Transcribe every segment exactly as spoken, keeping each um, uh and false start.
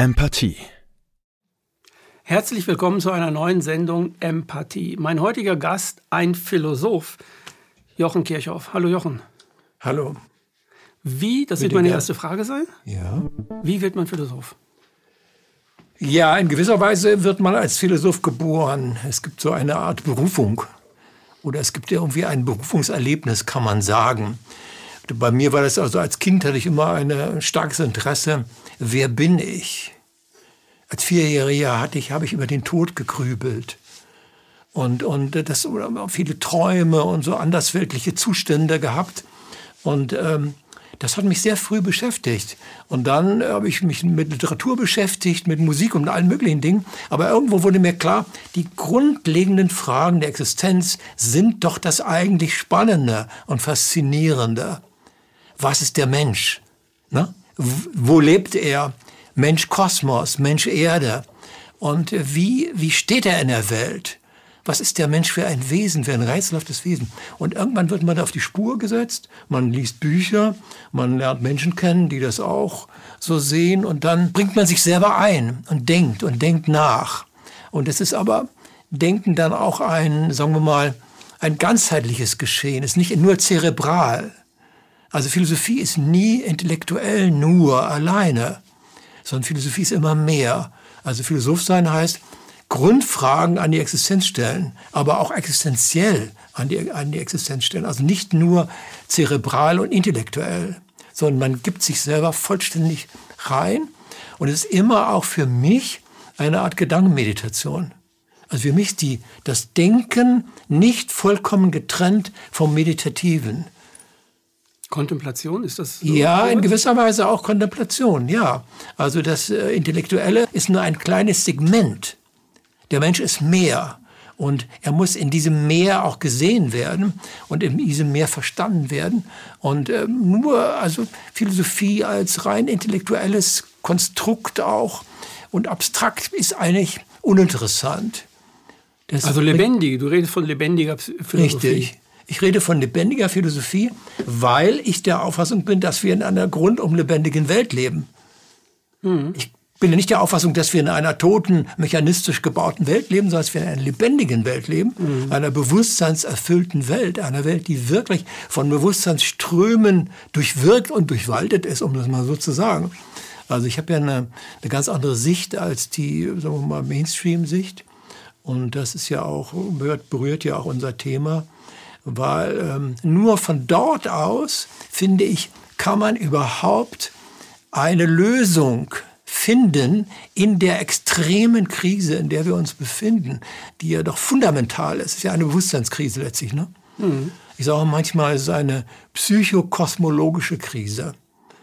Empathie. Herzlich willkommen zu einer neuen Sendung Empathie. Mein heutiger Gast, ein Philosoph, Jochen Kirchhoff. Hallo Jochen. Hallo. Wie, das wird meine erste Frage sein, Ja. Wie wird man Philosoph? Ja, in gewisser Weise wird man als Philosoph geboren. Es gibt so eine Art Berufung. Oder es gibt irgendwie ein Berufungserlebnis, kann man sagen. Bei mir war das also, als Kind hatte ich immer ein starkes Interesse, wer bin ich? Als Vierjähriger hatte ich, habe ich über den Tod gegrübelt. Und, und das, oder viele Träume und so andersweltliche Zustände gehabt. Und ähm, das hat mich sehr früh beschäftigt. Und dann habe ich mich mit Literatur beschäftigt, mit Musik und allen möglichen Dingen. Aber irgendwo wurde mir klar, die grundlegenden Fragen der Existenz sind doch das eigentlich Spannende und Faszinierende. Was ist der Mensch? Ne? Wo lebt er? Mensch Kosmos, Mensch Erde. Und wie, wie steht er in der Welt? Was ist der Mensch für ein Wesen, für ein rätselhaftes Wesen? Und irgendwann wird man da auf die Spur gesetzt, man liest Bücher, man lernt Menschen kennen, die das auch so sehen. Und dann bringt man sich selber ein und denkt und denkt nach. Und es ist aber Denken dann auch ein, sagen wir mal, ein ganzheitliches Geschehen, es ist nicht nur zerebral. Also Philosophie ist nie intellektuell nur alleine, sondern Philosophie ist immer mehr. Also Philosoph sein heißt, Grundfragen an die Existenz stellen, aber auch existenziell an die, an die Existenz stellen. Also nicht nur zerebral und intellektuell, sondern man gibt sich selber vollständig rein. Und es ist immer auch für mich eine Art Gedankenmeditation. Also für mich ist die, das Denken nicht vollkommen getrennt vom Meditativen. Kontemplation, ist das so? Ja, in gewisser Weise auch Kontemplation, ja. Also das äh, Intellektuelle ist nur ein kleines Segment. Der Mensch ist mehr und er muss in diesem Meer auch gesehen werden und in diesem Meer verstanden werden. Und äh, nur also Philosophie als rein intellektuelles Konstrukt auch und abstrakt ist eigentlich uninteressant. Das also lebendig, du redest von lebendiger Philosophie. Richtig. Ich rede von lebendiger Philosophie, weil ich der Auffassung bin, dass wir in einer grundum lebendigen Welt leben. Mhm. Ich bin ja nicht der Auffassung, dass wir in einer toten, mechanistisch gebauten Welt leben, sondern dass wir in einer lebendigen Welt leben, mhm. einer bewusstseinserfüllten Welt, einer Welt, die wirklich von Bewusstseinsströmen durchwirkt und durchwaltet ist, um das mal so zu sagen. Also ich habe ja eine, eine ganz andere Sicht als die, sagen wir mal, Mainstream-Sicht. Und das ist ja auch, berührt, berührt ja auch unser Thema. Weil ähm, nur von dort aus, finde ich, kann man überhaupt eine Lösung finden in der extremen Krise, in der wir uns befinden, die ja doch fundamental ist. Es ist ja eine Bewusstseinskrise letztlich. Ne? Mhm. Ich sage manchmal, es ist eine psychokosmologische Krise.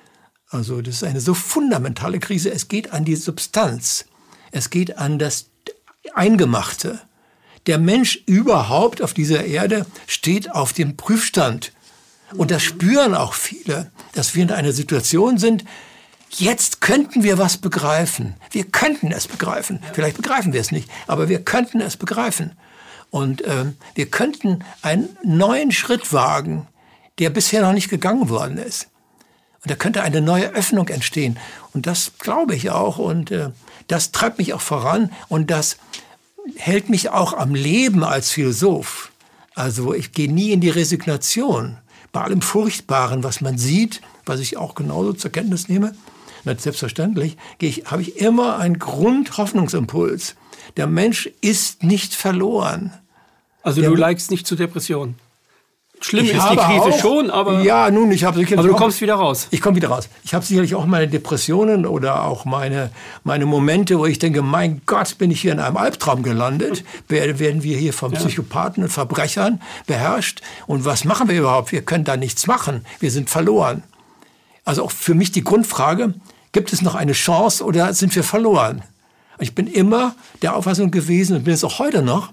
Also das ist eine so fundamentale Krise. Es geht an die Substanz. Es geht an das Eingemachte. Der Mensch überhaupt auf dieser Erde steht auf dem Prüfstand. Und das spüren auch viele, dass wir in einer Situation sind, jetzt könnten wir was begreifen. Wir könnten es begreifen. Vielleicht begreifen wir es nicht, aber wir könnten es begreifen. Und äh, wir könnten einen neuen Schritt wagen, der bisher noch nicht gegangen worden ist. Und da könnte eine neue Öffnung entstehen. Und das glaube ich auch. Und äh, das treibt mich auch voran. Und das hält mich auch am Leben als Philosoph. Also ich gehe nie in die Resignation. Bei allem Furchtbaren, was man sieht, was ich auch genauso zur Kenntnis nehme, selbstverständlich, gehe ich, habe ich immer einen Grundhoffnungsimpuls. Der Mensch ist nicht verloren. Also Der, du neigst nicht zu Depressionen? Schlimm ich ist die Krise auch, schon, aber, ja, nun, ich habe sicherlich aber du auch, kommst wieder raus. Ich komme wieder raus. Ich habe sicherlich auch meine Depressionen oder auch meine, meine Momente, wo ich denke, mein Gott, bin ich hier in einem Albtraum gelandet. Werden wir hier von Psychopathen und Verbrechern beherrscht? Und was machen wir überhaupt? Wir können da nichts machen. Wir sind verloren. Also auch für mich die Grundfrage, gibt es noch eine Chance oder sind wir verloren? Ich bin immer der Auffassung gewesen und bin es auch heute noch,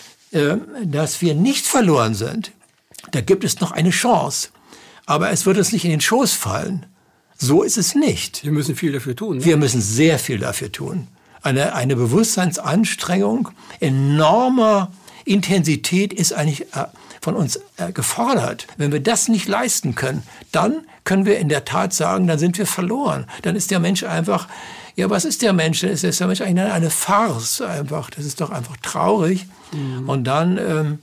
dass wir nicht verloren sind. Da gibt es noch eine Chance. Aber es wird uns nicht in den Schoß fallen. So ist es nicht. Wir müssen viel dafür tun. Ne? Wir müssen sehr viel dafür tun. Eine, eine Bewusstseinsanstrengung enormer Intensität ist eigentlich äh, von uns äh, gefordert. Wenn wir das nicht leisten können, dann können wir in der Tat sagen, dann sind wir verloren. Dann ist der Mensch einfach ja, was ist der Mensch? Ist der Mensch eigentlich eine Farce einfach? Das ist doch einfach traurig. Mhm. Und dann, ähm,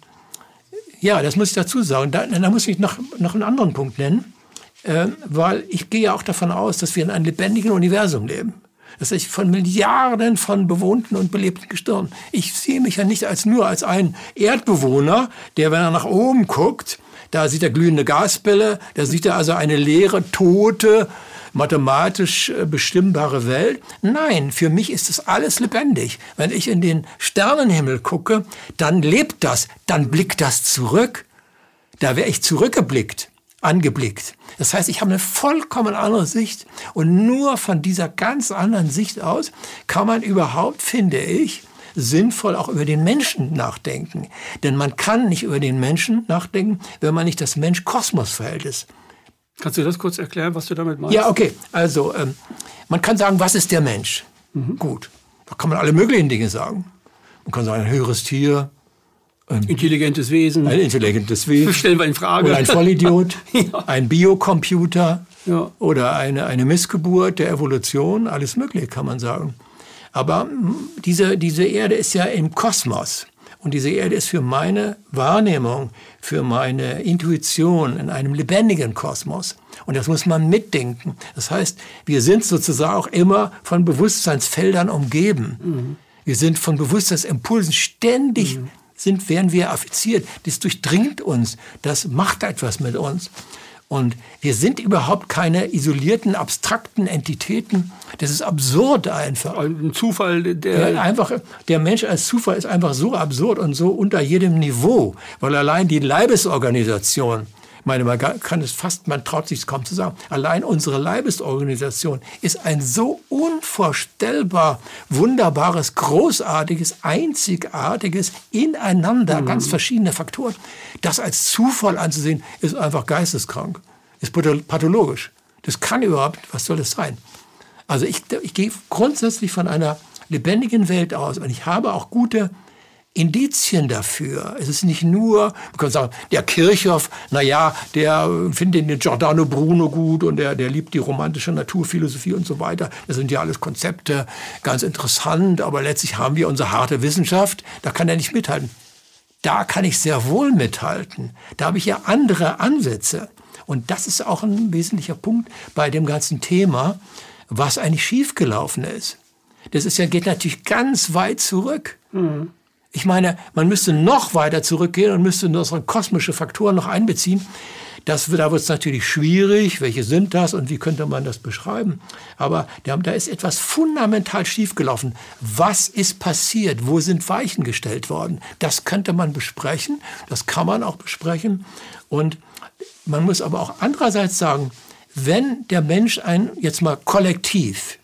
ja, das muss ich dazu sagen. Da, da muss ich noch, noch einen anderen Punkt nennen, äh, weil ich gehe ja auch davon aus, dass wir in einem lebendigen Universum leben. Das ist von Milliarden von bewohnten und belebten Gestirnen. Ich sehe mich ja nicht als nur als ein Erdbewohner, der, wenn er nach oben guckt, da sieht er glühende Gasbälle, da sieht er also eine leere, tote, mathematisch bestimmbare Welt. Nein, für mich ist das alles lebendig. Wenn ich in den Sternenhimmel gucke, dann lebt das, dann blickt das zurück. Da wäre ich zurückgeblickt, angeblickt. Das heißt, ich habe eine vollkommen andere Sicht und nur von dieser ganz anderen Sicht aus kann man überhaupt, finde ich, sinnvoll auch über den Menschen nachdenken. Denn man kann nicht über den Menschen nachdenken, wenn man nicht das Mensch-Kosmos-Verhältnis. Kannst du das kurz erklären, was du damit meinst? Ja, okay. Also ähm, man kann sagen, was ist der Mensch? Mhm. Gut, da kann man alle möglichen Dinge sagen. Man kann sagen, ein höheres Tier, ein intelligentes Wesen. Ein intelligentes Wesen. Das stellen wir in Frage. Oder ein Vollidiot, ja. Ein Biocomputer ja. oder eine, eine Missgeburt der Evolution. Alles Mögliche kann man sagen. Aber diese, diese Erde ist ja im Kosmos. Und diese Erde ist für meine Wahrnehmung, für meine Intuition in einem lebendigen Kosmos. Und das muss man mitdenken. Das heißt, wir sind sozusagen auch immer von Bewusstseinsfeldern umgeben. Mhm. Wir sind von Bewusstseinsimpulsen ständig mhm. sind, werden wir affiziert. Das durchdringt uns. Das macht etwas mit uns. Und wir sind überhaupt keine isolierten, abstrakten Entitäten. Das ist absurd einfach. Ein Zufall, der... Ja, einfach, der Mensch als Zufall ist einfach so absurd und so unter jedem Niveau. Weil allein die Leibesorganisation, ich meine, man kann es fast, man traut sich es kaum zu sagen, allein unsere Leibesorganisation ist ein so unvorstellbar wunderbares, großartiges, einzigartiges Ineinander, mhm. ganz verschiedene Faktoren. Das als Zufall anzusehen, ist einfach geisteskrank, ist pathologisch. Das kann überhaupt, was soll das sein? Also ich, ich gehe grundsätzlich von einer lebendigen Welt aus und ich habe auch gute Indizien dafür. Es ist nicht nur, man kann sagen, der Kirchhoff, na ja, der findet den Giordano Bruno gut und der, der liebt die romantische Naturphilosophie und so weiter. Das sind ja alles Konzepte, ganz interessant, aber letztlich haben wir unsere harte Wissenschaft, da kann er nicht mithalten. Da kann ich sehr wohl mithalten. Da habe ich ja andere Ansätze. Und das ist auch ein wesentlicher Punkt bei dem ganzen Thema, was eigentlich schiefgelaufen ist. Das ist ja, geht natürlich ganz weit zurück. Mhm. Ich meine, man müsste noch weiter zurückgehen und müsste unsere kosmische Faktoren noch einbeziehen. Das, da wird es natürlich schwierig. Welche sind das und wie könnte man das beschreiben? Aber da, da ist etwas fundamental schiefgelaufen. Was ist passiert? Wo sind Weichen gestellt worden? Das könnte man besprechen. Das kann man auch besprechen. Und man muss aber auch andererseits sagen, wenn der Mensch ein, jetzt mal kollektiv,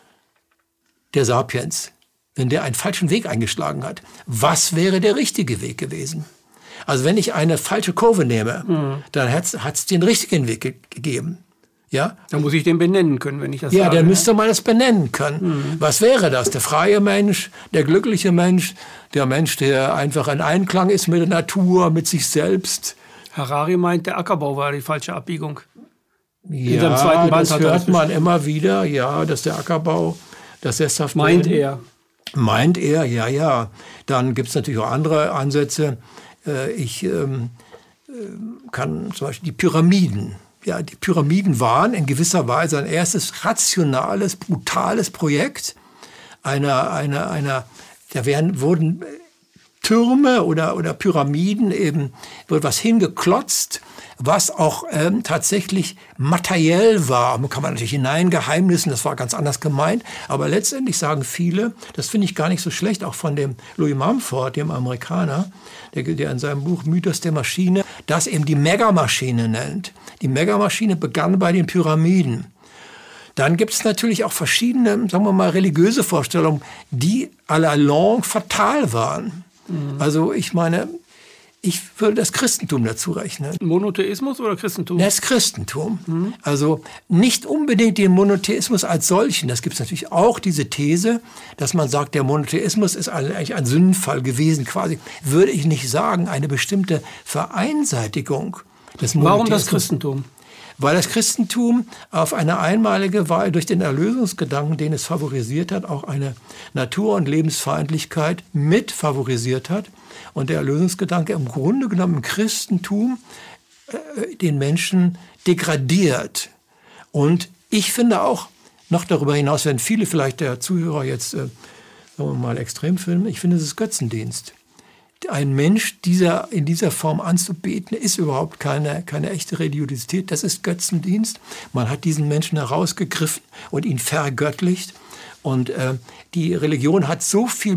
der Sapiens, wenn der einen falschen Weg eingeschlagen hat, was wäre der richtige Weg gewesen? Also wenn ich eine falsche Kurve nehme, mhm. dann hat es den richtigen Weg ge- gegeben. Ja? Dann muss ich den benennen können, wenn ich das ja, sage. Ja, dann müsste man das benennen können. Mhm. Was wäre das? Der freie Mensch, der glückliche Mensch, der Mensch, der einfach in Einklang ist mit der Natur, mit sich selbst. Harari meint, der Ackerbau war die falsche Abbiegung. Ja, in seinem zweiten Band das hat hört das man immer wieder, ja, dass der Ackerbau das sesshaft meint werden. er. Meint er, ja, ja. Dann gibt es natürlich auch andere Ansätze. Ich ähm, kann zum Beispiel die Pyramiden. Ja, die Pyramiden waren in gewisser Weise ein erstes rationales, brutales Projekt einer, einer, einer, da werden, wurden Türme oder, oder Pyramiden eben, wird was hingeklotzt, was auch ähm, tatsächlich materiell war. Man kann man natürlich hineingeheimnissen, das war ganz anders gemeint. Aber letztendlich sagen viele, das finde ich gar nicht so schlecht, auch von dem Louis Mumford, dem Amerikaner, der, der in seinem Buch Mythos der Maschine, das eben die Megamaschine nennt. Die Megamaschine begann bei den Pyramiden. Dann gibt es natürlich auch verschiedene, sagen wir mal, religiöse Vorstellungen, die à la longue fatal waren. Mhm. Also ich meine, ich würde das Christentum dazu rechnen. Monotheismus oder Christentum? Das Christentum. Mhm. Also nicht unbedingt den Monotheismus als solchen. Das gibt es natürlich auch, diese These, dass man sagt, der Monotheismus ist eigentlich ein Sündenfall gewesen. Quasi würde ich nicht sagen, eine bestimmte Vereinseitigung des Monotheismus. Warum das Christentum? Weil das Christentum auf eine einmalige Weise durch den Erlösungsgedanken, den es favorisiert hat, auch eine Natur- und Lebensfeindlichkeit mit favorisiert hat. Und der Erlösungsgedanke im Grunde genommen im Christentum äh, den Menschen degradiert. Und ich finde auch, noch darüber hinaus werden viele vielleicht der Zuhörer jetzt, äh, sagen wir mal, extrem filmen, ich finde, es ist Götzendienst. Ein Mensch dieser, in dieser Form anzubeten, ist überhaupt keine, keine echte Religiosität. Das ist Götzendienst. Man hat diesen Menschen herausgegriffen und ihn vergöttlicht. Und äh, die Religion hat so viel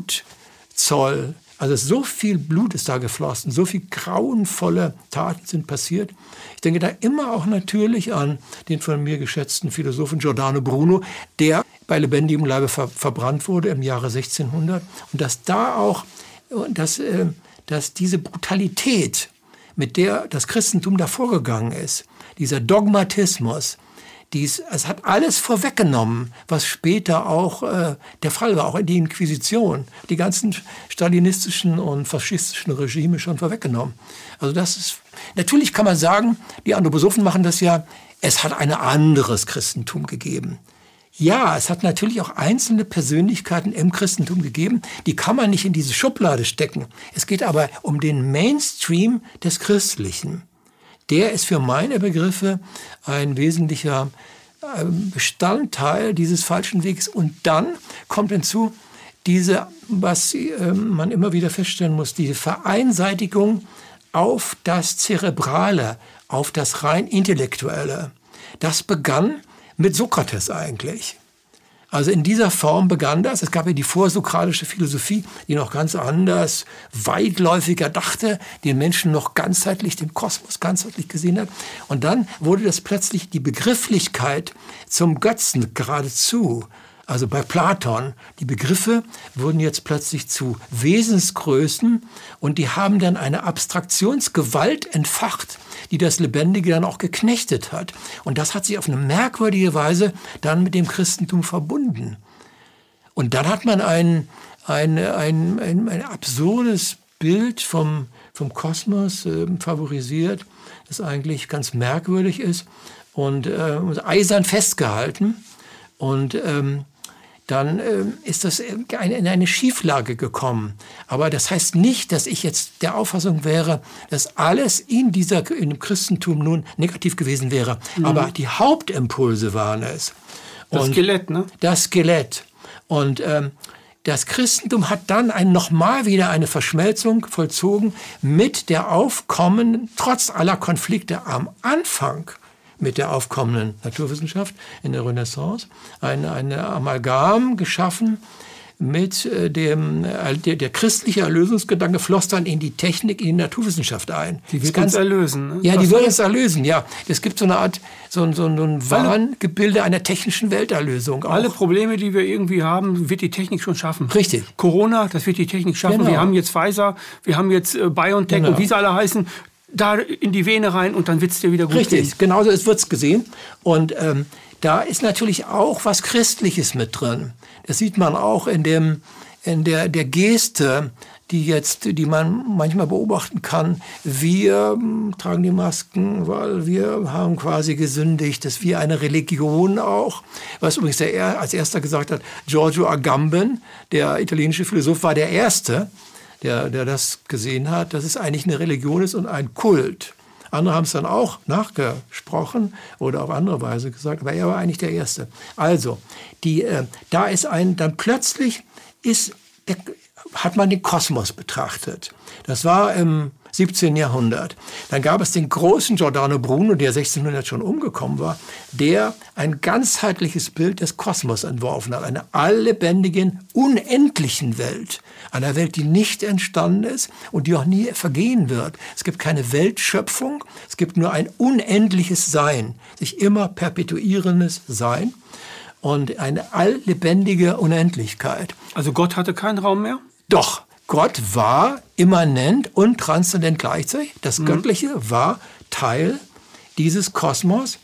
Blutzoll, also so viel Blut ist da geflossen, so viel grauenvolle Taten sind passiert. Ich denke da immer auch natürlich an den von mir geschätzten Philosophen Giordano Bruno, der bei lebendigem Leibe ver- verbrannt wurde im Jahre sechzehnhundert. Und dass da auch Dass, dass diese Brutalität, mit der das Christentum da vorgegangen ist, dieser Dogmatismus, dies, es hat alles vorweggenommen, was später auch äh, der Fall war, auch in die Inquisition, die ganzen stalinistischen und faschistischen Regime schon vorweggenommen. Also das ist, natürlich kann man sagen, die Anthroposophen machen das ja, es hat ein anderes Christentum gegeben. Ja, es hat natürlich auch einzelne Persönlichkeiten im Christentum gegeben, die kann man nicht in diese Schublade stecken. Es geht aber um den Mainstream des Christlichen. Der ist für meine Begriffe ein wesentlicher Bestandteil dieses falschen Wegs. Und dann kommt hinzu diese, was man immer wieder feststellen muss, diese Vereinseitigung auf das Zerebrale, auf das rein Intellektuelle. Das begann mit Sokrates eigentlich. Also in dieser Form begann das. Es gab ja die vorsokratische Philosophie, die noch ganz anders, weitläufiger dachte, den Menschen noch ganzheitlich, den Kosmos ganzheitlich gesehen hat. Und dann wurde das plötzlich die Begrifflichkeit zum Götzen geradezu. Also bei Platon, die Begriffe wurden jetzt plötzlich zu Wesensgrößen und die haben dann eine Abstraktionsgewalt entfacht, die das Lebendige dann auch geknechtet hat. Und das hat sich auf eine merkwürdige Weise dann mit dem Christentum verbunden. Und dann hat man ein, ein, ein, ein, ein absurdes Bild vom, vom Kosmos äh, favorisiert, das eigentlich ganz merkwürdig ist und äh, eisern festgehalten. Und ähm, dann äh, ist das in eine Schieflage gekommen. Aber das heißt nicht, dass ich jetzt der Auffassung wäre, dass alles in dieser, in dem Christentum nun negativ gewesen wäre. Mhm. Aber die Hauptimpulse waren es. Das Und Skelett, ne? Das Skelett. Und ähm, das Christentum hat dann ein, nochmal wieder eine Verschmelzung vollzogen mit der aufkommenden, trotz aller Konflikte am Anfang, mit der aufkommenden Naturwissenschaft in der Renaissance, eine, eine Amalgam geschaffen mit äh, dem, äh, der, der christliche Erlösungsgedanke floss dann in die Technik, in die Naturwissenschaft ein. Die wird uns erlösen. Ne? Ja, die wird uns erlösen, ja. Es gibt so eine Art, so, so, so ein Wahngebilde einer technischen Welterlösung auch. Alle Probleme, die wir irgendwie haben, wird die Technik schon schaffen. Richtig. Corona, das wird die Technik schaffen. Genau. Wir haben jetzt Pfizer, wir haben jetzt äh, BioNTech Genau. und wie sie alle heißen. Da in die Vene rein und dann wird es dir wieder gut Richtig, gehen. genauso wird es gesehen. Und ähm, da ist natürlich auch was Christliches mit drin. Das sieht man auch in, dem, in der, der Geste, die, jetzt, die man manchmal beobachten kann. Wir ähm, tragen die Masken, weil wir haben quasi gesündigt. Das ist wie eine Religion auch. Was übrigens der, als erster gesagt hat, Giorgio Agamben, der italienische Philosoph, war der Erste, Der, der das gesehen hat, dass es eigentlich eine Religion ist und ein Kult. Andere haben es dann auch nachgesprochen oder auf andere Weise gesagt, aber er war eigentlich der Erste. Also, die, äh, da ist ein, dann plötzlich ist, der, hat man den Kosmos betrachtet. Das war im siebzehnten Jahrhundert. Dann gab es den großen Giordano Bruno, der sechzehnhundert schon umgekommen war, der ein ganzheitliches Bild des Kosmos entworfen hat. Eine alllebendigen, unendlichen Welt. Eine Welt, die nicht entstanden ist und die auch nie vergehen wird. Es gibt keine Weltschöpfung, es gibt nur ein unendliches Sein, sich immer perpetuierendes Sein und eine alllebendige Unendlichkeit. Also Gott hatte keinen Raum mehr? Doch. Gott war immanent und transzendent gleichzeitig. Das Göttliche war Teil dieses Kosmos,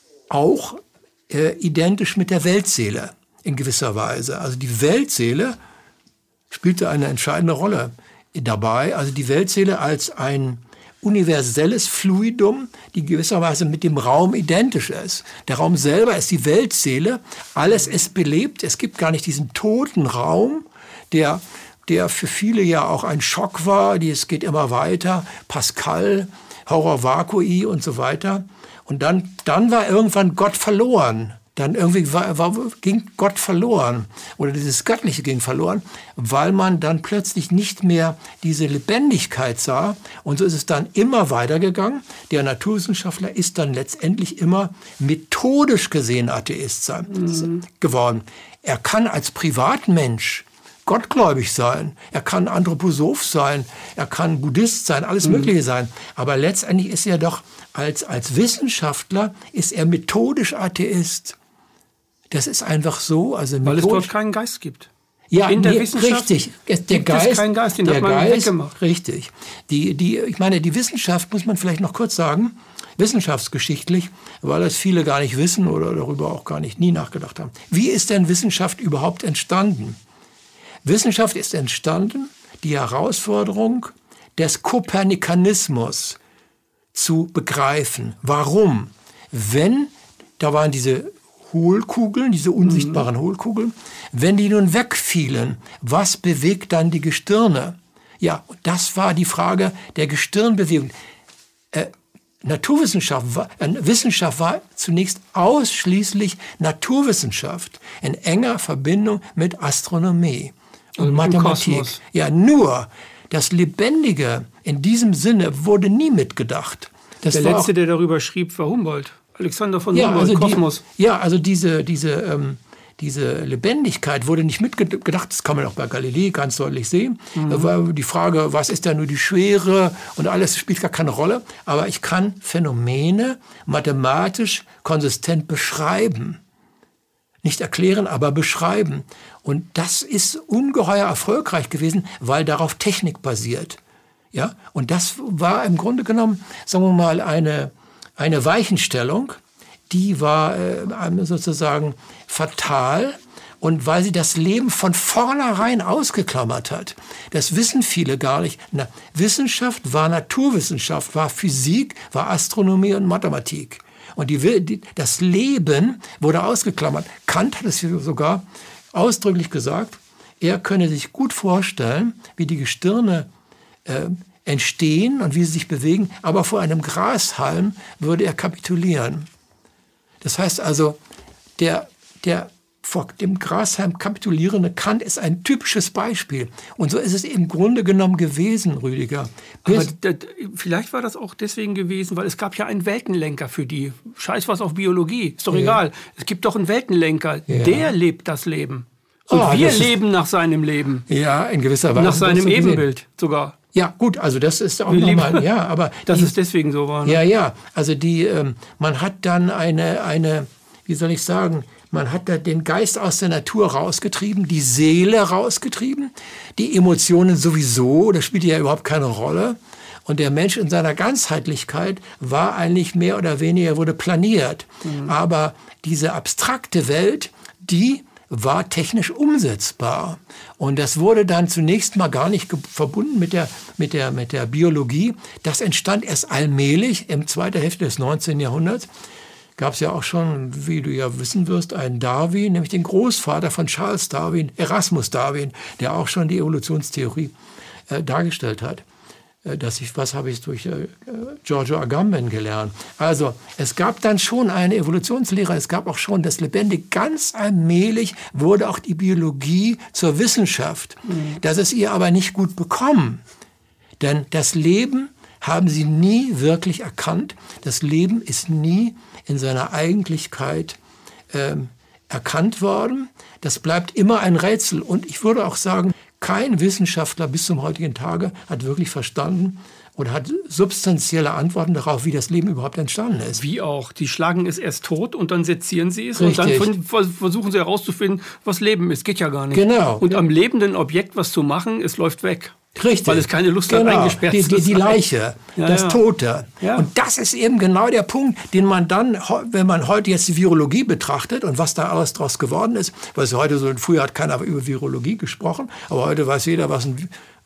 auch äh, identisch mit der Weltseele in gewisser Weise. Also die Weltseele spielte eine entscheidende Rolle dabei. Also die Weltseele als ein universelles Fluidum, die gewisserweise mit dem Raum identisch ist. Der Raum selber ist die Weltseele, alles ist belebt, es gibt gar nicht diesen toten Raum, der, der für viele ja auch ein Schock war, die, es geht immer weiter, Pascal, Horror vacui und so weiter. Und dann, dann war irgendwann Gott verloren. Dann irgendwie war, war, ging Gott verloren oder dieses Göttliche ging verloren, weil man dann plötzlich nicht mehr diese Lebendigkeit sah. Und so ist es dann immer weitergegangen. Der Naturwissenschaftler ist dann letztendlich immer methodisch gesehen Atheist sein, mhm. geworden. Er kann als Privatmensch gottgläubig sein, er kann Anthroposoph sein, er kann Buddhist sein, alles mhm. Mögliche sein. Aber letztendlich ist er doch als, als Wissenschaftler, ist er methodisch Atheist. Das ist einfach so. Also weil es dort keinen Geist gibt. Ja, in der nee, Wissenschaft richtig. Der gibt Geist, es keinen Geist, den der hat man Geist, weggemacht. Richtig. Die, die, ich meine, die Wissenschaft, muss man vielleicht noch kurz sagen, wissenschaftsgeschichtlich, weil das viele gar nicht wissen oder darüber auch gar nicht nie nachgedacht haben. Wie ist denn Wissenschaft überhaupt entstanden? Wissenschaft ist entstanden, die Herausforderung des Kopernikanismus zu begreifen. Warum? Wenn, da waren diese Hohlkugeln, diese unsichtbaren mhm. Hohlkugeln, wenn die nun wegfielen, was bewegt dann die Gestirne? Ja, das war die Frage der Gestirnbewegung. Äh, Naturwissenschaft war, äh, Wissenschaft war zunächst ausschließlich Naturwissenschaft in enger Verbindung mit Astronomie und also Mathematik. Ja, nur das Lebendige in diesem Sinne wurde nie mitgedacht. Das der war Letzte, auch, der darüber schrieb, war Humboldt. Alexander von ja, Humboldt, also Kosmos. Die, ja, also diese, diese, ähm, diese Lebendigkeit wurde nicht mitgedacht. Das kann man auch bei Galilei ganz deutlich sehen. Mhm. Da war die Frage, was ist da nur die Schwere und alles spielt gar keine Rolle. Aber ich kann Phänomene mathematisch konsistent beschreiben. Nicht erklären, aber beschreiben. Und das ist ungeheuer erfolgreich gewesen, weil darauf Technik basiert. Ja? Und das war im Grunde genommen, sagen wir mal, eine, eine Weichenstellung, die war äh, sozusagen fatal. Und weil sie das Leben von vornherein ausgeklammert hat. Das wissen viele gar nicht. Na, Wissenschaft war Naturwissenschaft, war Physik, war Astronomie und Mathematik. Und die, die, das Leben wurde ausgeklammert. Kant hat es sogar ausdrücklich gesagt, er könne sich gut vorstellen, wie die Gestirne äh, entstehen und wie sie sich bewegen, aber vor einem Grashalm würde er kapitulieren. Das heißt also, der, der vor dem Grashalm kapitulierende Kant ist ein typisches Beispiel. Und so ist es im Grunde genommen gewesen, Rüdiger. Aber das, vielleicht war das auch deswegen gewesen, weil es gab ja einen Weltenlenker für die. Scheiß was auf Biologie, ist doch ja. egal. Es gibt doch einen Weltenlenker, ja. der lebt das Leben. Und oh, wir leben nach seinem Leben. Ja, in gewisser Weise. Nach seinem Ebenbild sogar. Ja, gut, also das ist auch nochmal, ja, aber... Dass die, es deswegen so war. Ne? Ja, ja, also die, ähm, man hat dann eine, eine, wie soll ich sagen, man hat da den Geist aus der Natur rausgetrieben, die Seele rausgetrieben, die Emotionen sowieso, das spielt ja überhaupt keine Rolle. Und der Mensch in seiner Ganzheitlichkeit war eigentlich mehr oder weniger, wurde planiert. Mhm. Aber diese abstrakte Welt, die war technisch umsetzbar. Und das wurde dann zunächst mal gar nicht verbunden mit der, mit der, mit der Biologie. Das entstand erst allmählich im zweiten Hälfte des neunzehnten Jahrhunderts. Gab es ja auch schon, wie du ja wissen wirst, einen Darwin, nämlich den Großvater von Charles Darwin, Erasmus Darwin, der auch schon die Evolutionstheorie äh, dargestellt hat. Äh, dass ich, was habe ich durch äh, Giorgio Agamben gelernt? Also es gab dann schon eine Evolutionslehre, es gab auch schon das Lebendige. Ganz allmählich wurde auch die Biologie zur Wissenschaft. Mhm. Das ist ihr aber nicht gut bekommen, denn das Leben haben sie nie wirklich erkannt. Das Leben ist nie in seiner Eigentlichkeit ähm, erkannt worden. Das bleibt immer ein Rätsel. Und ich würde auch sagen, kein Wissenschaftler bis zum heutigen Tage hat wirklich verstanden oder hat substanzielle Antworten darauf, wie das Leben überhaupt entstanden ist. Wie auch. Die schlagen es erst tot und dann sezieren sie es. Richtig. Und dann versuchen sie herauszufinden, was Leben ist. Geht ja gar nicht. Genau. Und am lebenden Objekt was zu machen, es läuft weg. Richtig. Weil es keine Lust genau. hat, eingesperrt die, zu die, sein. die Leiche, ja, das ja. Tote. Ja. Und das ist eben genau der Punkt, den man dann, wenn man heute jetzt die Virologie betrachtet und was da alles draus geworden ist, weil es heute so, früher hat keiner über Virologie gesprochen, aber heute weiß jeder, was ein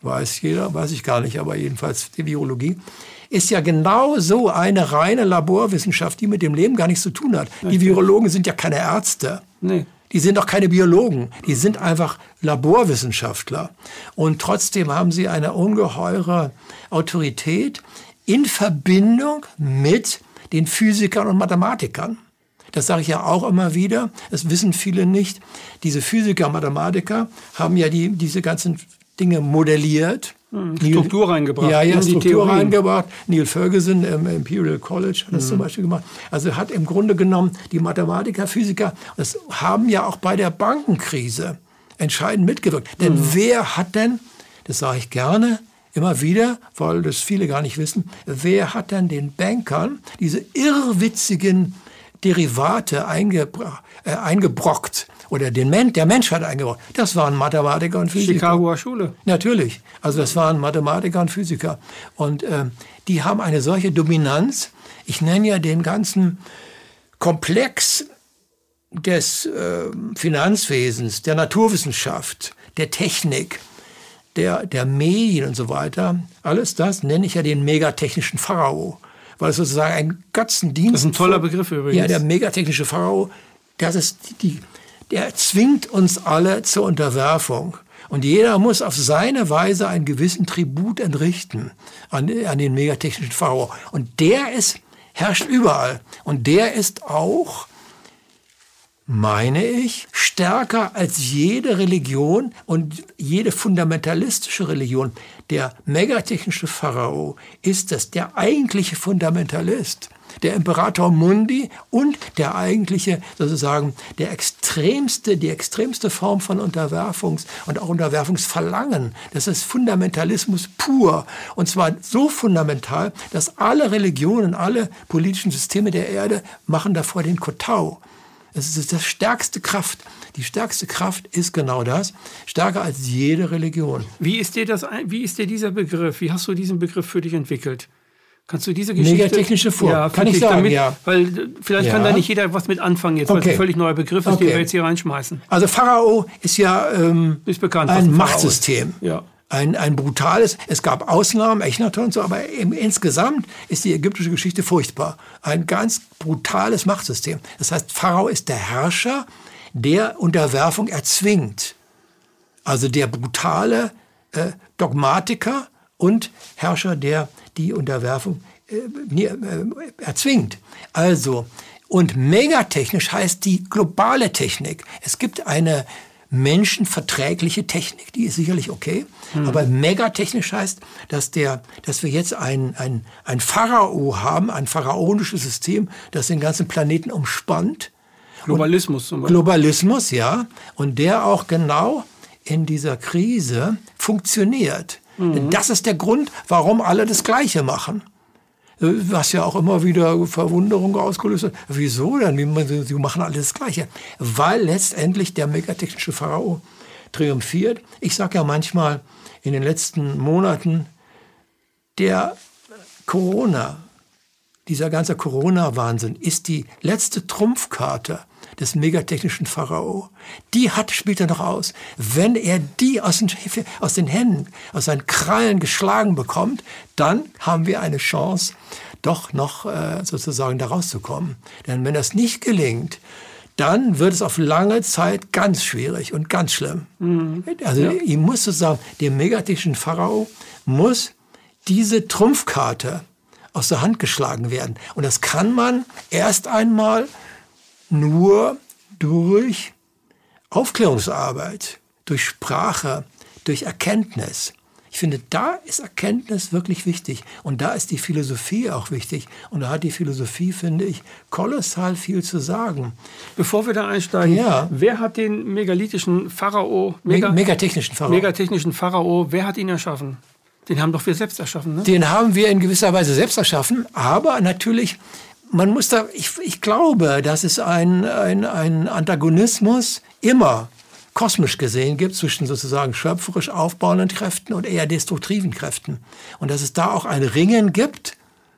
weiß jeder, weiß ich gar nicht, aber jedenfalls die Virologie, ist ja genau so eine reine Laborwissenschaft, die mit dem Leben gar nichts zu tun hat. Die Virologen sind ja keine Ärzte. Nee. Die sind auch keine Biologen. Die sind einfach Laborwissenschaftler. Und trotzdem haben sie eine ungeheure Autorität in Verbindung mit den Physikern und Mathematikern. Das sage ich ja auch immer wieder. Das wissen viele nicht. Diese Physiker, Mathematiker haben ja die, diese ganzen Dinge modelliert. Hm, Struktur Neil, reingebracht. Ja, ja, Struktur reingebracht. Neil Ferguson im Imperial College hat das hm. zum Beispiel gemacht. Also hat im Grunde genommen die Mathematiker, Physiker, das haben ja auch bei der Bankenkrise entscheidend mitgewirkt. Denn hm. wer hat denn, das sage ich gerne, immer wieder, weil das viele gar nicht wissen, wer hat denn den Bankern diese irrwitzigen Derivate eingebra- äh, eingebrockt? Oder den Men- der Menschheit eingebrockt? Das waren Mathematiker und Physiker. Chicagoer Schule. Natürlich. Also das waren Mathematiker und Physiker. Und äh, die haben eine solche Dominanz. Ich nenne ja den ganzen Komplex des äh, Finanzwesens, der Naturwissenschaft, der Technik, Der, der Medien und so weiter, alles das nenne ich ja den megatechnischen Pharao. Weil es sozusagen ein Götzendienst... Das ist ein toller Begriff übrigens. Ja, der megatechnische Pharao, das ist die, der zwingt uns alle zur Unterwerfung. Und jeder muss auf seine Weise einen gewissen Tribut entrichten an, an den megatechnischen Pharao. Und der ist, herrscht überall. Und der ist auch, meine ich, stärker als jede Religion und jede fundamentalistische Religion. Der megatechnische Pharao ist das, der eigentliche Fundamentalist, der Imperator Mundi und der eigentliche, sozusagen, der extremste, die extremste Form von Unterwerfungs- und auch Unterwerfungsverlangen. Das ist Fundamentalismus pur. Und zwar so fundamental, dass alle Religionen, alle politischen Systeme der Erde machen davor den Kotau. Es ist das stärkste Kraft. Die stärkste Kraft ist genau das, stärker als jede Religion. Wie ist dir das, wie ist dir dieser Begriff? Wie hast du diesen Begriff für dich entwickelt? Kannst du diese Geschichte... Megatechnische Form, ja, kann ich sagen, damit, ja. Weil vielleicht ja. kann da nicht jeder was mit anfangen jetzt, weil okay. es ein völlig neuer Begriff ist, okay. den wir jetzt hier reinschmeißen. Also Pharao ist ja ähm, ist bekannt, ein, ein Machtsystem. Ja. Ein, ein brutales, es gab Ausnahmen, Echnaton und so, aber im, insgesamt ist die ägyptische Geschichte furchtbar. Ein ganz brutales Machtsystem. Das heißt, Pharao ist der Herrscher, der Unterwerfung erzwingt. Also der brutale äh, Dogmatiker und Herrscher, der die Unterwerfung äh, äh, erzwingt. Also, und megatechnisch heißt die globale Technik. Es gibt eine menschenverträgliche Technik, die ist sicherlich okay, hm. aber megatechnisch heißt, dass, der, dass wir jetzt ein, ein, ein Pharao haben, ein pharaonisches System, das den ganzen Planeten umspannt. Globalismus zum Beispiel. Globalismus, ja, und der auch genau in dieser Krise funktioniert. Mhm. Das ist der Grund, warum alle das Gleiche machen. Was ja auch immer wieder Verwunderung ausgelöst hat. Wieso denn? Sie machen alle das Gleiche. Weil letztendlich der megatechnische Pharao triumphiert. Ich sage ja manchmal in den letzten Monaten, der Corona, dieser ganze Corona-Wahnsinn ist die letzte Trumpfkarte des megatechnischen Pharao. Die hat, spielt er noch aus. Wenn er die aus den, aus den Händen, aus seinen Krallen geschlagen bekommt, dann haben wir eine Chance, doch noch äh, sozusagen da rauszukommen. Denn wenn das nicht gelingt, dann wird es auf lange Zeit ganz schwierig und ganz schlimm. Mhm. Also ja. ich muss sozusagen, dem megatechnischen Pharao muss diese Trumpfkarte aus der Hand geschlagen werden. Und das kann man erst einmal nur durch Aufklärungsarbeit, durch Sprache, durch Erkenntnis. Ich finde, da ist Erkenntnis wirklich wichtig. Und da ist die Philosophie auch wichtig. Und da hat die Philosophie, finde ich, kolossal viel zu sagen. Bevor wir da einsteigen, ja. wer hat den megalithischen Pharao, Mega, megatechnischen Pharao. megatechnischen Pharao, wer hat ihn erschaffen? Den haben doch wir selbst erschaffen, ne? Den haben wir in gewisser Weise selbst erschaffen, aber natürlich, man muss da, ich, ich glaube, dass es ein, ein, ein Antagonismus immer kosmisch gesehen gibt zwischen sozusagen schöpferisch aufbauenden Kräften und eher destruktiven Kräften. Und dass es da auch ein Ringen gibt,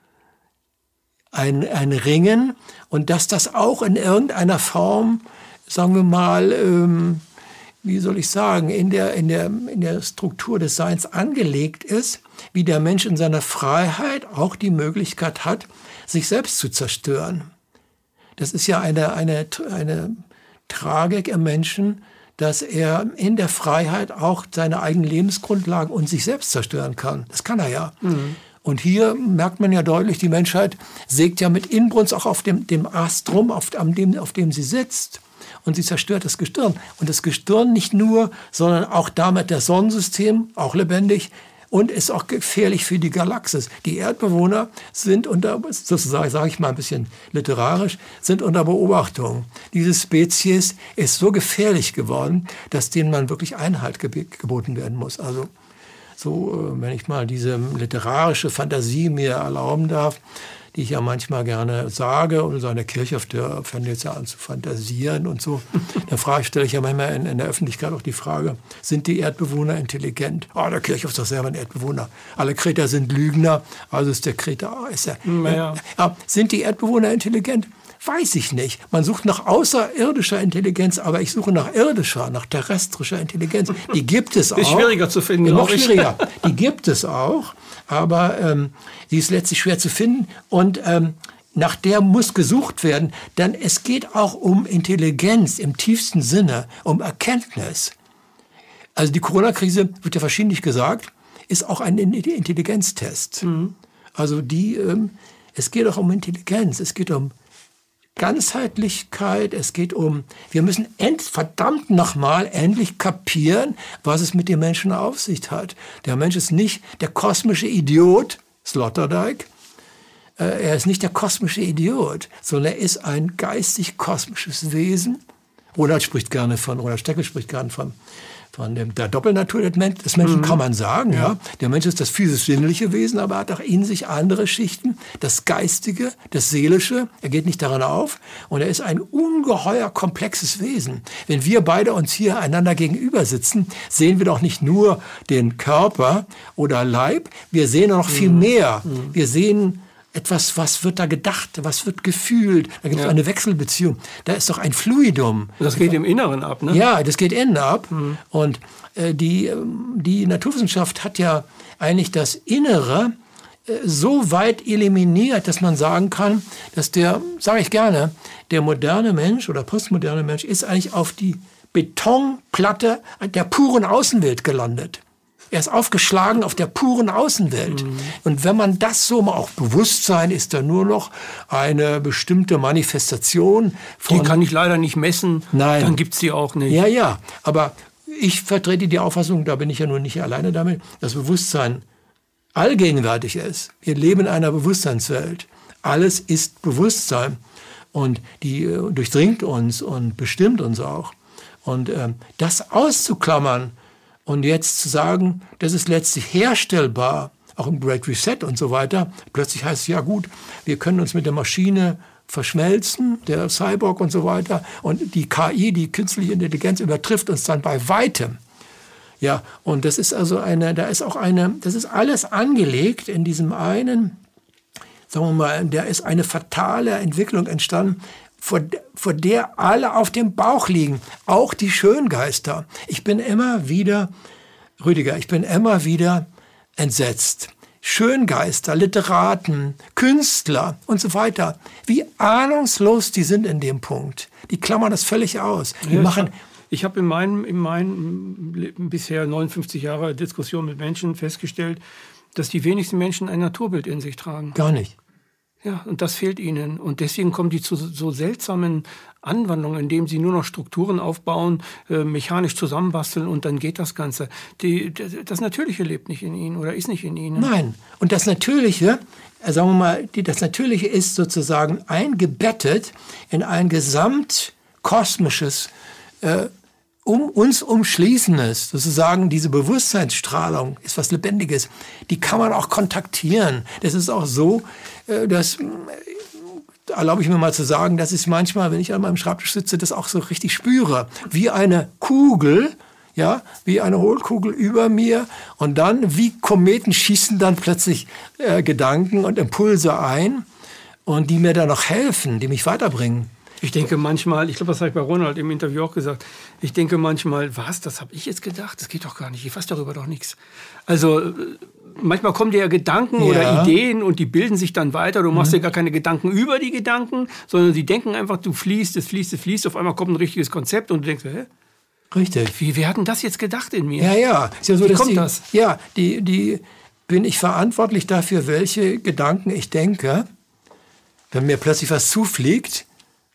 ein, ein Ringen, und dass das auch in irgendeiner Form, sagen wir mal, ähm, wie soll ich sagen, in der, in der, in der Struktur des Seins angelegt ist, wie der Mensch in seiner Freiheit auch die Möglichkeit hat, sich selbst zu zerstören. Das ist ja eine, eine, eine Tragik im Menschen, dass er in der Freiheit auch seine eigenen Lebensgrundlagen und sich selbst zerstören kann. Das kann er ja. Mhm. Und hier merkt man ja deutlich, die Menschheit sägt ja mit Inbrunst auch auf dem, dem Ast rum, auf dem, auf dem sie sitzt. Und sie zerstört das Gestirn. Und das Gestirn nicht nur, sondern auch damit das Sonnensystem, auch lebendig, und ist auch gefährlich für die Galaxis. Die Erdbewohner sind unter, sozusagen, sage ich mal ein bisschen literarisch, sind unter Beobachtung. Diese Spezies ist so gefährlich geworden, dass denen man wirklich Einhalt geboten werden muss. Also so, wenn ich mal diese literarische Fantasie mir erlauben darf, die ich ja manchmal gerne sage, und so eine Kirche, auf der fängt jetzt ja an zu fantasieren und so, dann frage, stelle ich ja manchmal in, in der Öffentlichkeit auch die Frage, sind die Erdbewohner intelligent? Oh, der Kirchhoff ist doch selber ein Erdbewohner. Alle Kreter sind Lügner, also ist der Kreter, ist der, naja. äh, sind die Erdbewohner intelligent? Weiß ich nicht. Man sucht nach außerirdischer Intelligenz, aber ich suche nach irdischer, nach terrestrischer Intelligenz. Die gibt es auch. Ist schwieriger zu finden. Noch schwieriger. Die gibt es auch, aber ähm, die ist letztlich schwer zu finden und ähm, nach der muss gesucht werden, denn es geht auch um Intelligenz im tiefsten Sinne, um Erkenntnis. Also die Corona-Krise, wird ja verschiedentlich gesagt, ist auch ein Intelligenztest. Mhm. Also die, ähm, es geht auch um Intelligenz, es geht um Ganzheitlichkeit, es geht um, wir müssen end, verdammt nochmal endlich kapieren, was es mit dem Menschen auf sich hat. Der Mensch ist nicht der kosmische Idiot, Sloterdijk, äh, er ist nicht der kosmische Idiot, sondern er ist ein geistig-kosmisches Wesen. Ronald spricht gerne von, Ronald Steckel spricht gerne von Von dem, der Doppelnatur des Menschen, mhm. kann man sagen. Ja. Ja. Der Mensch ist das physisch-sinnliche Wesen, aber er hat auch in sich andere Schichten. Das Geistige, das Seelische. Er geht nicht daran auf. Und er ist ein ungeheuer komplexes Wesen. Wenn wir beide uns hier einander gegenüber sitzen, sehen wir doch nicht nur den Körper oder Leib. Wir sehen noch viel mhm. mehr. Mhm. Wir sehen etwas, was wird da gedacht, was wird gefühlt. Da gibt es ja. eine Wechselbeziehung. Da ist doch ein Fluidum. Das geht im Inneren ab, ne? Ja, das geht innen ab. Mhm. Und äh, die, die Naturwissenschaft hat ja eigentlich das Innere äh, so weit eliminiert, dass man sagen kann, dass der, sage ich gerne, der moderne Mensch oder postmoderne Mensch ist eigentlich auf die Betonplatte der puren Außenwelt gelandet. Er ist aufgeschlagen auf der puren Außenwelt. Mhm. Und wenn man das so, auch Bewusstsein ist da nur noch eine bestimmte Manifestation von... Die kann ich leider nicht messen, Nein. dann gibt es die auch nicht. Ja, ja, aber ich vertrete die Auffassung, da bin ich ja nun nicht alleine damit, dass Bewusstsein allgegenwärtig ist. Wir leben in einer Bewusstseinswelt. Alles ist Bewusstsein und die äh, durchdringt uns und bestimmt uns auch. Und äh, das auszuklammern, und jetzt zu sagen, das ist letztlich herstellbar, auch im Great Reset und so weiter. Plötzlich heißt es, ja gut, wir können uns mit der Maschine verschmelzen, der Cyborg und so weiter. Und die K I, die künstliche Intelligenz, übertrifft uns dann bei weitem. Ja, und das ist also eine, da ist auch eine, das ist alles angelegt in diesem einen, sagen wir mal, da ist eine fatale Entwicklung entstanden, Vor, vor der alle auf dem Bauch liegen, auch die Schöngeister. Ich bin immer wieder, Rüdiger, ich bin immer wieder entsetzt. Schöngeister, Literaten, Künstler und so weiter, wie ahnungslos die sind in dem Punkt. Die klammern das völlig aus. Die ja, machen... Ich habe in meinen, in meinen bisher neunundfünfzig Jahre Diskussion mit Menschen festgestellt, dass die wenigsten Menschen ein Naturbild in sich tragen. Gar nicht. Ja, und das fehlt ihnen. Und deswegen kommen die zu so seltsamen Anwandlungen, indem sie nur noch Strukturen aufbauen, äh, mechanisch zusammenbasteln und dann geht das Ganze. Die, das Natürliche lebt nicht in ihnen oder ist nicht in ihnen. Nein. Und das Natürliche, äh, sagen wir mal, die, das Natürliche ist sozusagen eingebettet in ein gesamtkosmisches, äh, um uns umschließendes, sozusagen diese Bewusstseinsstrahlung ist was Lebendiges. Die kann man auch kontaktieren. Das ist auch so, dass, erlaube ich mir mal zu sagen, dass ich manchmal, wenn ich an meinem Schreibtisch sitze, das auch so richtig spüre. Wie eine Kugel, ja, wie eine Hohlkugel über mir. Und dann, wie Kometen, schießen dann plötzlich äh, Gedanken und Impulse ein und die mir dann noch helfen, die mich weiterbringen. Ich denke manchmal, ich glaube, das habe ich bei Ronald im Interview auch gesagt, ich denke manchmal, was, das habe ich jetzt gedacht? Das geht doch gar nicht, ich weiß darüber doch nichts. Also manchmal kommen dir ja Gedanken ja. oder Ideen und die bilden sich dann weiter. Du machst mhm. dir gar keine Gedanken über die Gedanken, sondern sie denken einfach, du fließt, es fließt, es fließt. Auf einmal kommt ein richtiges Konzept und du denkst, hä? Richtig. Wie, wer hat denn das jetzt gedacht in mir? Ja, ja. Ist ja so, Wie dass kommt die, das? Ja, die, die, bin ich verantwortlich dafür, welche Gedanken ich denke, wenn mir plötzlich was zufliegt?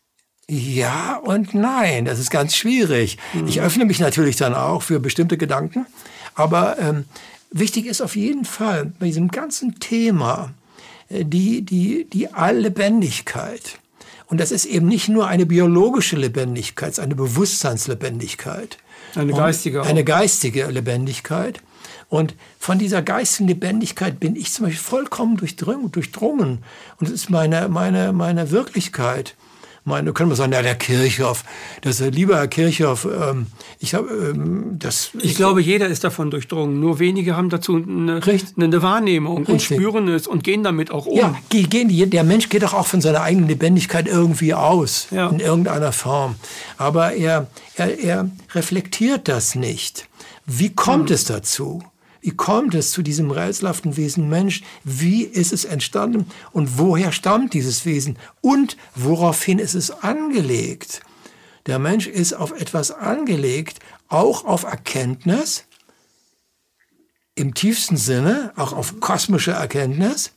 Ja und nein, das ist ganz schwierig. Mhm. Ich öffne mich natürlich dann auch für bestimmte Gedanken, aber ähm, wichtig ist auf jeden Fall bei diesem ganzen Thema die, die, die Alllebendigkeit. Und das ist eben nicht nur eine biologische Lebendigkeit, es ist eine Bewusstseinslebendigkeit. Eine geistige auch. Eine geistige Lebendigkeit. Und von dieser geistigen Lebendigkeit bin ich zum Beispiel vollkommen durchdrungen. durchdrungen. Und es ist meine, meine, meine Wirklichkeit. Meine, können wir sagen, ja, der Kirchhoff, das ist, lieber Herr Kirchhoff, ähm, ich habe ähm, das. Ich, ich glaube, jeder ist davon durchdrungen. Nur wenige haben dazu eine, eine Wahrnehmung richtig. Und spüren es und gehen damit auch um. Ja, gehen, der Mensch geht doch auch von seiner eigenen Lebendigkeit irgendwie aus, ja. in irgendeiner Form. Aber er, er, er reflektiert das nicht. Wie kommt hm. es dazu? Wie kommt es zu diesem rätselhaften Wesen Mensch? Wie ist es entstanden? Und woher stammt dieses Wesen? Und woraufhin ist es angelegt? Der Mensch ist auf etwas angelegt, auch auf Erkenntnis, im tiefsten Sinne, auch auf kosmische Erkenntnis.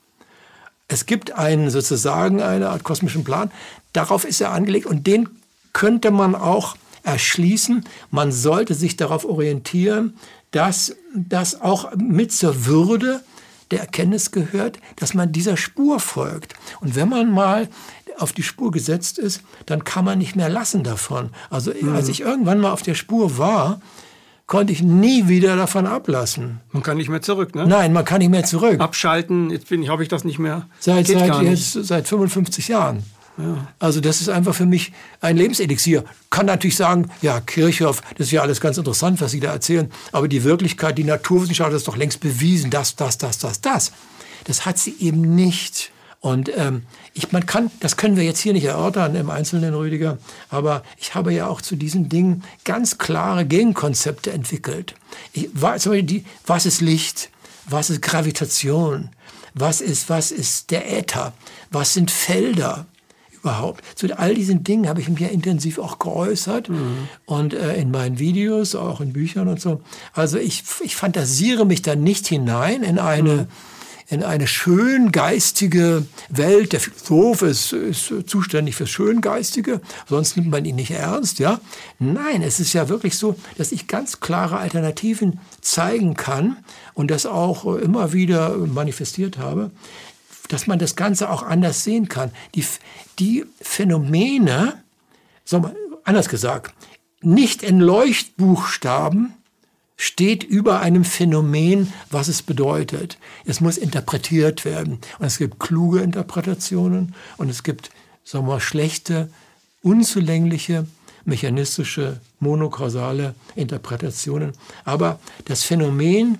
Es gibt einen sozusagen eine Art kosmischen Plan. Darauf ist er angelegt und den könnte man auch erschließen. Man sollte sich darauf orientieren, dass das auch mit zur Würde der Erkenntnis gehört, dass man dieser Spur folgt. Und wenn man mal auf die Spur gesetzt ist, dann kann man nicht mehr lassen davon. Also mhm. als ich irgendwann mal auf der Spur war, konnte ich nie wieder davon ablassen. Man kann nicht mehr zurück, ne? Nein, man kann nicht mehr zurück. Abschalten, jetzt bin ich, habe ich das nicht mehr. Seit, seit, jetzt, seit fünfundfünfzig Jahren. Ja. Also das ist einfach für mich ein Lebenselixier. Kann natürlich sagen, ja, Kirchhoff, das ist ja alles ganz interessant, was Sie da erzählen, aber die Wirklichkeit, die Naturwissenschaft hat das doch längst bewiesen, das, das, das, das, das. Das hat sie eben nicht. Und ähm, ich, man kann, das können wir jetzt hier nicht erörtern im Einzelnen, Rüdiger, aber ich habe ja auch zu diesen Dingen ganz klare Gegenkonzepte entwickelt. Ich, war, zum Beispiel die, was ist Licht? Was ist Gravitation? Was ist, was ist der Äther? Was sind Felder? Überhaupt. Zu all diesen Dingen habe ich mich ja intensiv auch geäußert mhm. und äh, in meinen Videos, auch in Büchern und so. Also ich, ich fantasiere mich da nicht hinein in eine, mhm. in eine schön geistige Welt. Der Philosoph ist, ist zuständig fürs Schöngeistige, sonst nimmt man ihn nicht ernst. Ja? Nein, es ist ja wirklich so, dass ich ganz klare Alternativen zeigen kann und das auch immer wieder manifestiert habe, dass man das Ganze auch anders sehen kann. Die, die Phänomene, sagen wir, anders gesagt, nicht in Leuchtbuchstaben steht über einem Phänomen, was es bedeutet. Es muss interpretiert werden. Und es gibt kluge Interpretationen und es gibt, sagen wir mal, schlechte, unzulängliche, mechanistische, monokausale Interpretationen. Aber das Phänomen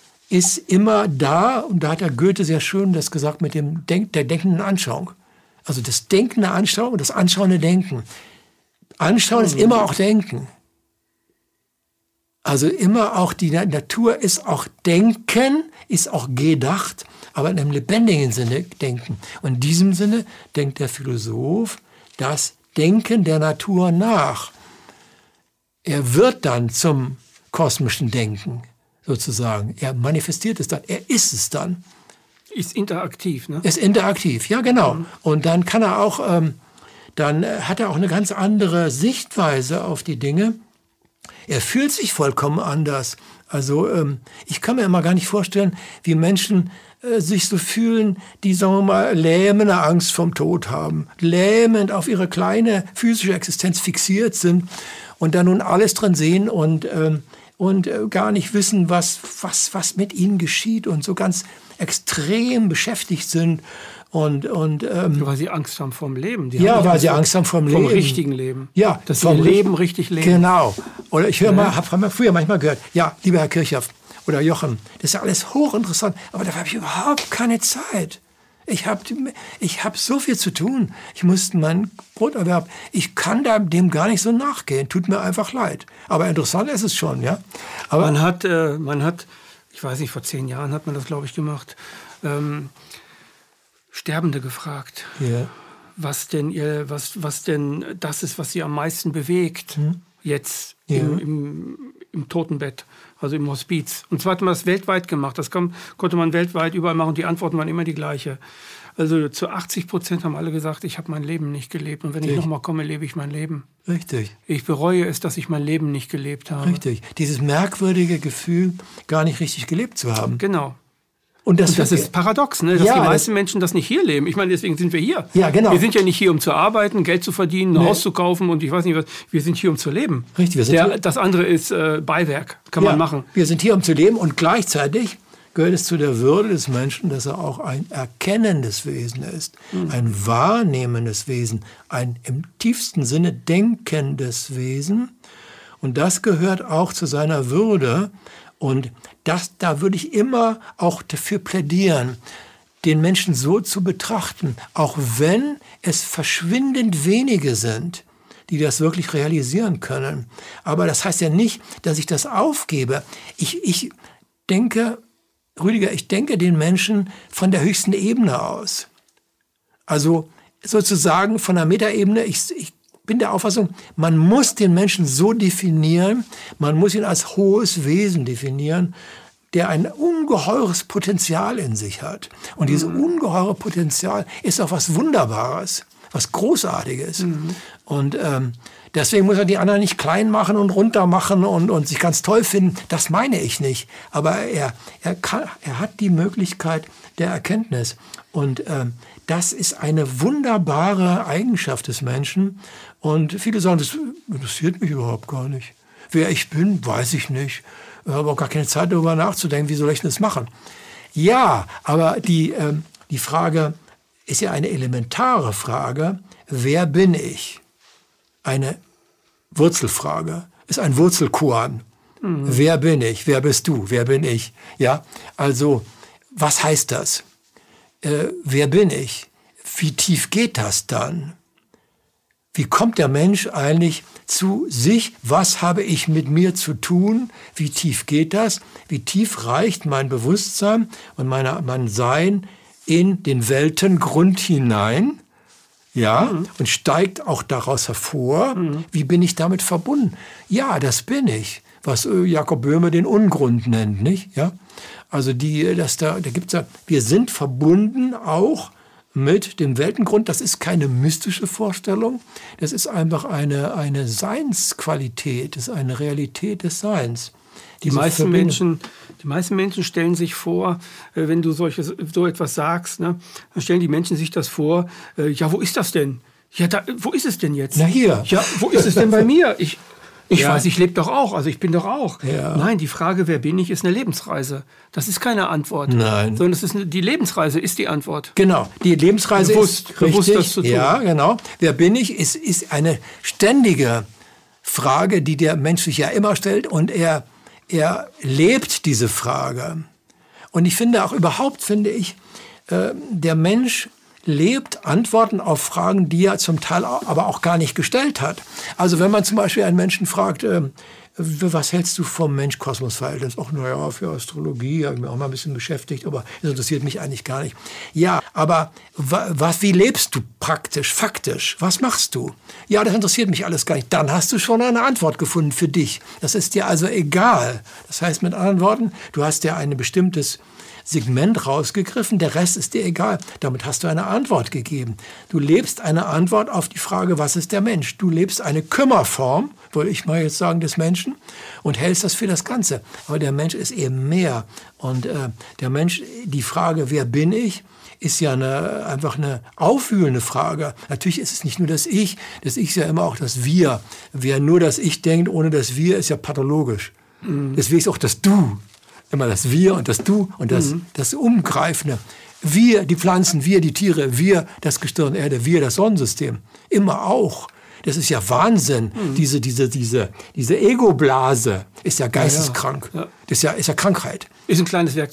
ist immer da, und da hat der Goethe sehr schön das gesagt mit dem Denk der denkenden Anschauung. Also das denkende Anschauung und das anschauende Denken. Anschauen ist immer auch Denken. Also immer auch die Natur ist auch Denken, ist auch gedacht, aber in einem lebendigen Sinne Denken. Und in diesem Sinne denkt der Philosoph das Denken der Natur nach. Er wird dann zum kosmischen Denken. Sozusagen. Er manifestiert es dann, er ist es dann. Ist interaktiv, ne? Ist interaktiv, ja genau. Mhm. Und dann kann er auch, ähm, dann hat er auch eine ganz andere Sichtweise auf die Dinge. Er fühlt sich vollkommen anders. Also ähm, ich kann mir immer gar nicht vorstellen, wie Menschen äh, sich so fühlen, die, sagen wir mal, lähmende Angst vom Tod haben, lähmend auf ihre kleine physische Existenz fixiert sind und da nun alles drin sehen und ähm, und äh, gar nicht wissen, was, was, was mit ihnen geschieht und so ganz extrem beschäftigt sind. Und, und, ähm, weil sie Angst haben vorm Leben. Die ja, haben weil sie Angst haben vorm Leben. Vom richtigen Leben. Ja, dass sie ihr Leben richtig leben. Genau. Oder ich höre mal, habe früher manchmal gehört, ja, lieber Herr Kirchhoff oder Jochen, das ist ja alles hochinteressant, aber dafür habe ich überhaupt keine Zeit. Ich habe ich hab so viel zu tun. Ich muss meinen Broterwerb, ich kann dem gar nicht so nachgehen. Tut mir einfach leid. Aber interessant ist es schon, ja. Aber man hat, äh, man hat, ich weiß nicht, vor zehn Jahren hat man das, glaube ich, gemacht, ähm, Sterbende gefragt, ja. was denn ihr, was, was denn das ist, was sie am meisten bewegt, hm. jetzt ja. im, im, im Totenbett, also im Hospiz. Und zwar hat man das weltweit gemacht. Das kam, konnte man weltweit überall machen. Die Antworten waren immer die gleiche. Also zu achtzig Prozent haben alle gesagt, ich habe mein Leben nicht gelebt. Und wenn Richtig. ich nochmal komme, lebe ich mein Leben. Richtig. Ich bereue es, dass ich mein Leben nicht gelebt habe. Richtig. Dieses merkwürdige Gefühl, gar nicht richtig gelebt zu haben. Genau. Und das, und das ist paradox, ne? dass ja, die meisten Menschen das nicht hier leben. Ich meine, deswegen sind wir hier. Ja, genau. Wir sind ja nicht hier, um zu arbeiten, Geld zu verdienen, ein nee. Haus zu kaufen und ich weiß nicht was. Wir sind hier, um zu leben. Richtig. Wir sind Der, hier. Das andere ist äh, Beiwerk, kann ja, man machen. Wir sind hier, um zu leben und gleichzeitig gehört es zu der Würde des Menschen, dass er auch ein erkennendes Wesen ist, mhm. ein wahrnehmendes Wesen, ein im tiefsten Sinne denkendes Wesen. Und das gehört auch zu seiner Würde. Und das, da würde ich immer auch dafür plädieren, den Menschen so zu betrachten, auch wenn es verschwindend wenige sind, die das wirklich realisieren können. Aber das heißt ja nicht, dass ich das aufgebe. Ich, ich denke, Rüdiger, ich denke den Menschen von der höchsten Ebene aus. Also sozusagen von der Metaebene, ich, ich bin der Auffassung, man muss den Menschen so definieren, man muss ihn als hohes Wesen definieren, der ein ungeheures Potenzial in sich hat. Und dieses mhm. ungeheure Potenzial ist auch was Wunderbares, was Großartiges. Mhm. Und ähm, deswegen muss er die anderen nicht klein machen und runter machen und, und sich ganz toll finden. Das meine ich nicht. Aber er, er, kann, er hat die Möglichkeit der Erkenntnis. Und ähm, das ist eine wunderbare Eigenschaft des Menschen. Und viele sagen, das interessiert mich überhaupt gar nicht. Wer ich bin, weiß ich nicht. Ich habe auch gar keine Zeit, darüber nachzudenken, wie soll ich das machen. Ja, aber die, ähm, die Frage ist ja eine elementare Frage. Wer bin ich? Eine Wurzelfrage. Ist ein Wurzelkoan. Mhm. Wer bin ich? Wer bist du? Wer bin ich? Ja, also, was heißt das? Äh, wer bin ich? Wie tief geht das dann? Wie kommt der Mensch eigentlich zu sich? Was habe ich mit mir zu tun? Wie tief geht das? Wie tief reicht mein Bewusstsein und meine, mein Sein in den Weltengrund hinein? Ja, mhm. und steigt auch daraus hervor, mhm. wie bin ich damit verbunden? Ja, das bin ich, was Jakob Böhme den Ungrund nennt, nicht? Ja, also die, das da, da gibt's ja, wir sind verbunden auch mit dem Weltengrund. Das ist keine mystische Vorstellung, das ist einfach eine, eine Seinsqualität, das ist eine Realität des Seins. Die meisten, Menschen, die meisten Menschen stellen sich vor, äh, wenn du solches, so etwas sagst, ne, dann stellen die Menschen sich das vor, äh, ja, wo ist das denn? Ja, da, wo ist es denn jetzt? Na hier. Ja, wo ist es denn bei mir? Ich, ich ja. weiß, ich lebe doch auch, also ich bin doch auch. Ja. Nein, die Frage, wer bin ich, ist eine Lebensreise. Das ist keine Antwort. Nein. Sondern es ist eine, die Lebensreise ist die Antwort. Genau, die Lebensreise bewusst, ist bewusst richtig. Das zu tun. Ja, genau. Wer bin ich, ist, ist eine ständige Frage, die der Mensch sich ja immer stellt und er Er lebt diese Frage. Und ich finde auch überhaupt, finde ich, äh, der Mensch lebt Antworten auf Fragen, die er zum Teil aber auch gar nicht gestellt hat. Also wenn man zum Beispiel einen Menschen fragt, äh, was hältst du vom Mensch-Kosmos-Verhältnis? Ach, naja, für Astrologie habe ich mich auch mal ein bisschen beschäftigt, aber das interessiert mich eigentlich gar nicht. Ja, aber was, wie lebst du praktisch, faktisch? Was machst du? Ja, das interessiert mich alles gar nicht. Dann hast du schon eine Antwort gefunden für dich. Das ist dir also egal. Das heißt mit anderen Worten, du hast dir ein bestimmtes Segment rausgegriffen, der Rest ist dir egal. Damit hast du eine Antwort gegeben. Du lebst eine Antwort auf die Frage, was ist der Mensch? Du lebst eine Kümmerform, würde ich mal jetzt sagen, des Menschen und hältst das für das Ganze. Aber der Mensch ist eben mehr. Und äh, der Mensch, die Frage, wer bin ich, ist ja eine, einfach eine aufwühlende Frage. Natürlich ist es nicht nur das Ich, das Ich ist ja immer auch das Wir. Wer nur das Ich denkt, ohne das Wir, ist ja pathologisch. Mhm. Deswegen ist auch das Du. Immer das Wir und das Du und das, mhm. das Umgreifende. Wir, die Pflanzen, wir, die Tiere, wir, das Gestirn Erde, wir, das Sonnensystem. Immer auch. Das ist ja Wahnsinn. Mhm. Diese, diese, diese, diese Ego-Blase ist ja geisteskrank. Ja, ja. Das ist ja, ist ja Krankheit. Ist ein kleines Werkzeug.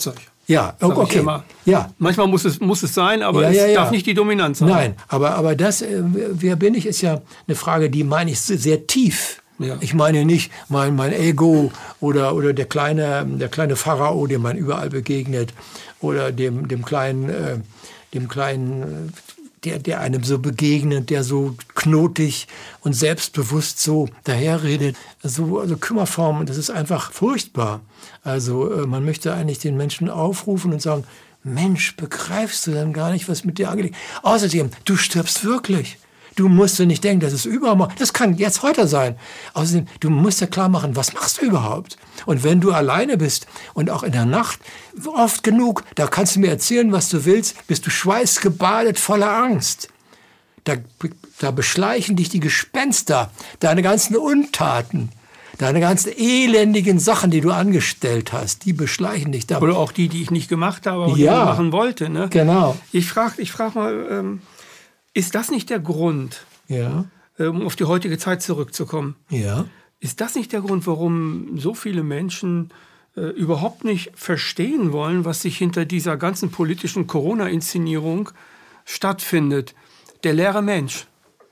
Ja, okay. Ja. Manchmal muss es, muss es sein, aber ja, es ja, ja. darf nicht die Dominanz sein. Nein, aber, aber das, äh, wer bin ich, ist ja eine Frage, die meine ich sehr tief. Ja. Ich meine nicht mein, mein Ego oder, oder der, kleine, der kleine Pharao, dem man überall begegnet, oder dem, dem kleinen, äh, dem kleinen der, der einem so begegnet, der so knotig und selbstbewusst so daherredet. So, also Kümmerformen, das ist einfach furchtbar. Also äh, man möchte eigentlich den Menschen aufrufen und sagen, Mensch, begreifst du denn gar nicht, was mit dir angeht? Außerdem, du stirbst wirklich. Du musst dir nicht denken, das ist übermorgen. Das kann jetzt heute sein. Außerdem, du musst dir klar machen, was machst du überhaupt? Und wenn du alleine bist und auch in der Nacht, oft genug, da kannst du mir erzählen, was du willst, bist du schweißgebadet voller Angst. Da, da beschleichen dich die Gespenster, deine ganzen Untaten. Deine ganzen elendigen Sachen, die du angestellt hast, die beschleichen dich da. Oder auch die, die ich nicht gemacht habe, aber ja, die ich machen wollte. Ne? Genau. Ich frage ich frag mal, ähm, ist das nicht der Grund, ja. äh, um auf die heutige Zeit zurückzukommen? Ja. Ist das nicht der Grund, warum so viele Menschen äh, überhaupt nicht verstehen wollen, was sich hinter dieser ganzen politischen Corona-Inszenierung stattfindet? Der leere Mensch,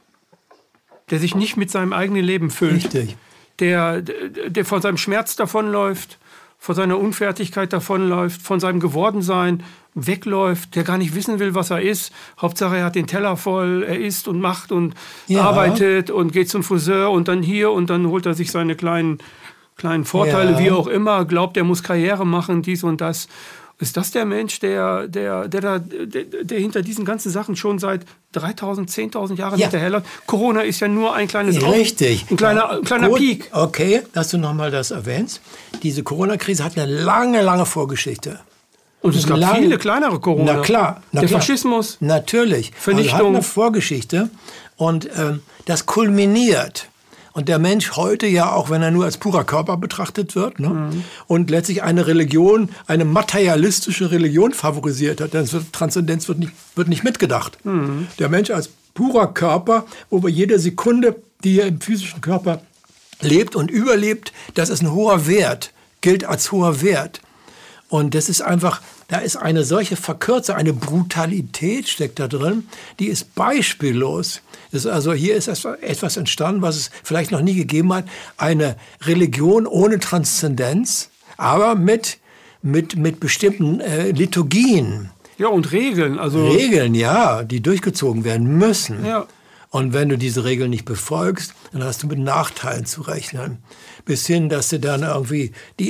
der sich nicht mit seinem eigenen Leben füllt. Richtig. Der, der von seinem Schmerz davonläuft, von seiner Unfertigkeit davonläuft, von seinem Gewordensein wegläuft, der gar nicht wissen will, was er ist. Hauptsache, er hat den Teller voll, er isst und macht und ja. arbeitet und geht zum Friseur und dann hier und dann holt er sich seine kleinen, kleinen Vorteile, ja. wie auch immer, glaubt, er muss Karriere machen, dies und das. Ist das der Mensch, der, der, der, da, der, der hinter diesen ganzen Sachen schon seit dreitausend, zehntausend Jahren ja. hinterherläuft? Corona ist ja nur ein kleines Richtig. Auf, ein kleiner, ein kleiner Gut. Peak. Okay, dass du nochmal das erwähnst. Diese Corona-Krise hat eine lange, lange Vorgeschichte. Und es gab lange, viele kleinere Corona. Na klar. Na der klar. Faschismus. Natürlich. Vernichtung. Also hat eine Vorgeschichte. Und ähm, das kulminiert. Und der Mensch heute ja auch, wenn er nur als purer Körper betrachtet wird, ne? Mhm. und letztlich eine Religion, eine materialistische Religion favorisiert hat, denn wird, Transzendenz wird nicht, wird nicht mitgedacht. Mhm. Der Mensch als purer Körper, wo wir jede Sekunde, die er im physischen Körper lebt und überlebt, das ist ein hoher Wert, gilt als hoher Wert. Und das ist einfach, da ist eine solche Verkürzung, eine Brutalität steckt da drin, die ist beispiellos. Das ist also hier ist etwas entstanden, was es vielleicht noch nie gegeben hat. Eine Religion ohne Transzendenz, aber mit, mit, mit bestimmten äh, Liturgien. Ja, und Regeln. Also Regeln, ja, die durchgezogen werden müssen. Ja. Und wenn du diese Regeln nicht befolgst, dann hast du mit Nachteilen zu rechnen. Bis hin, dass sie dann irgendwie die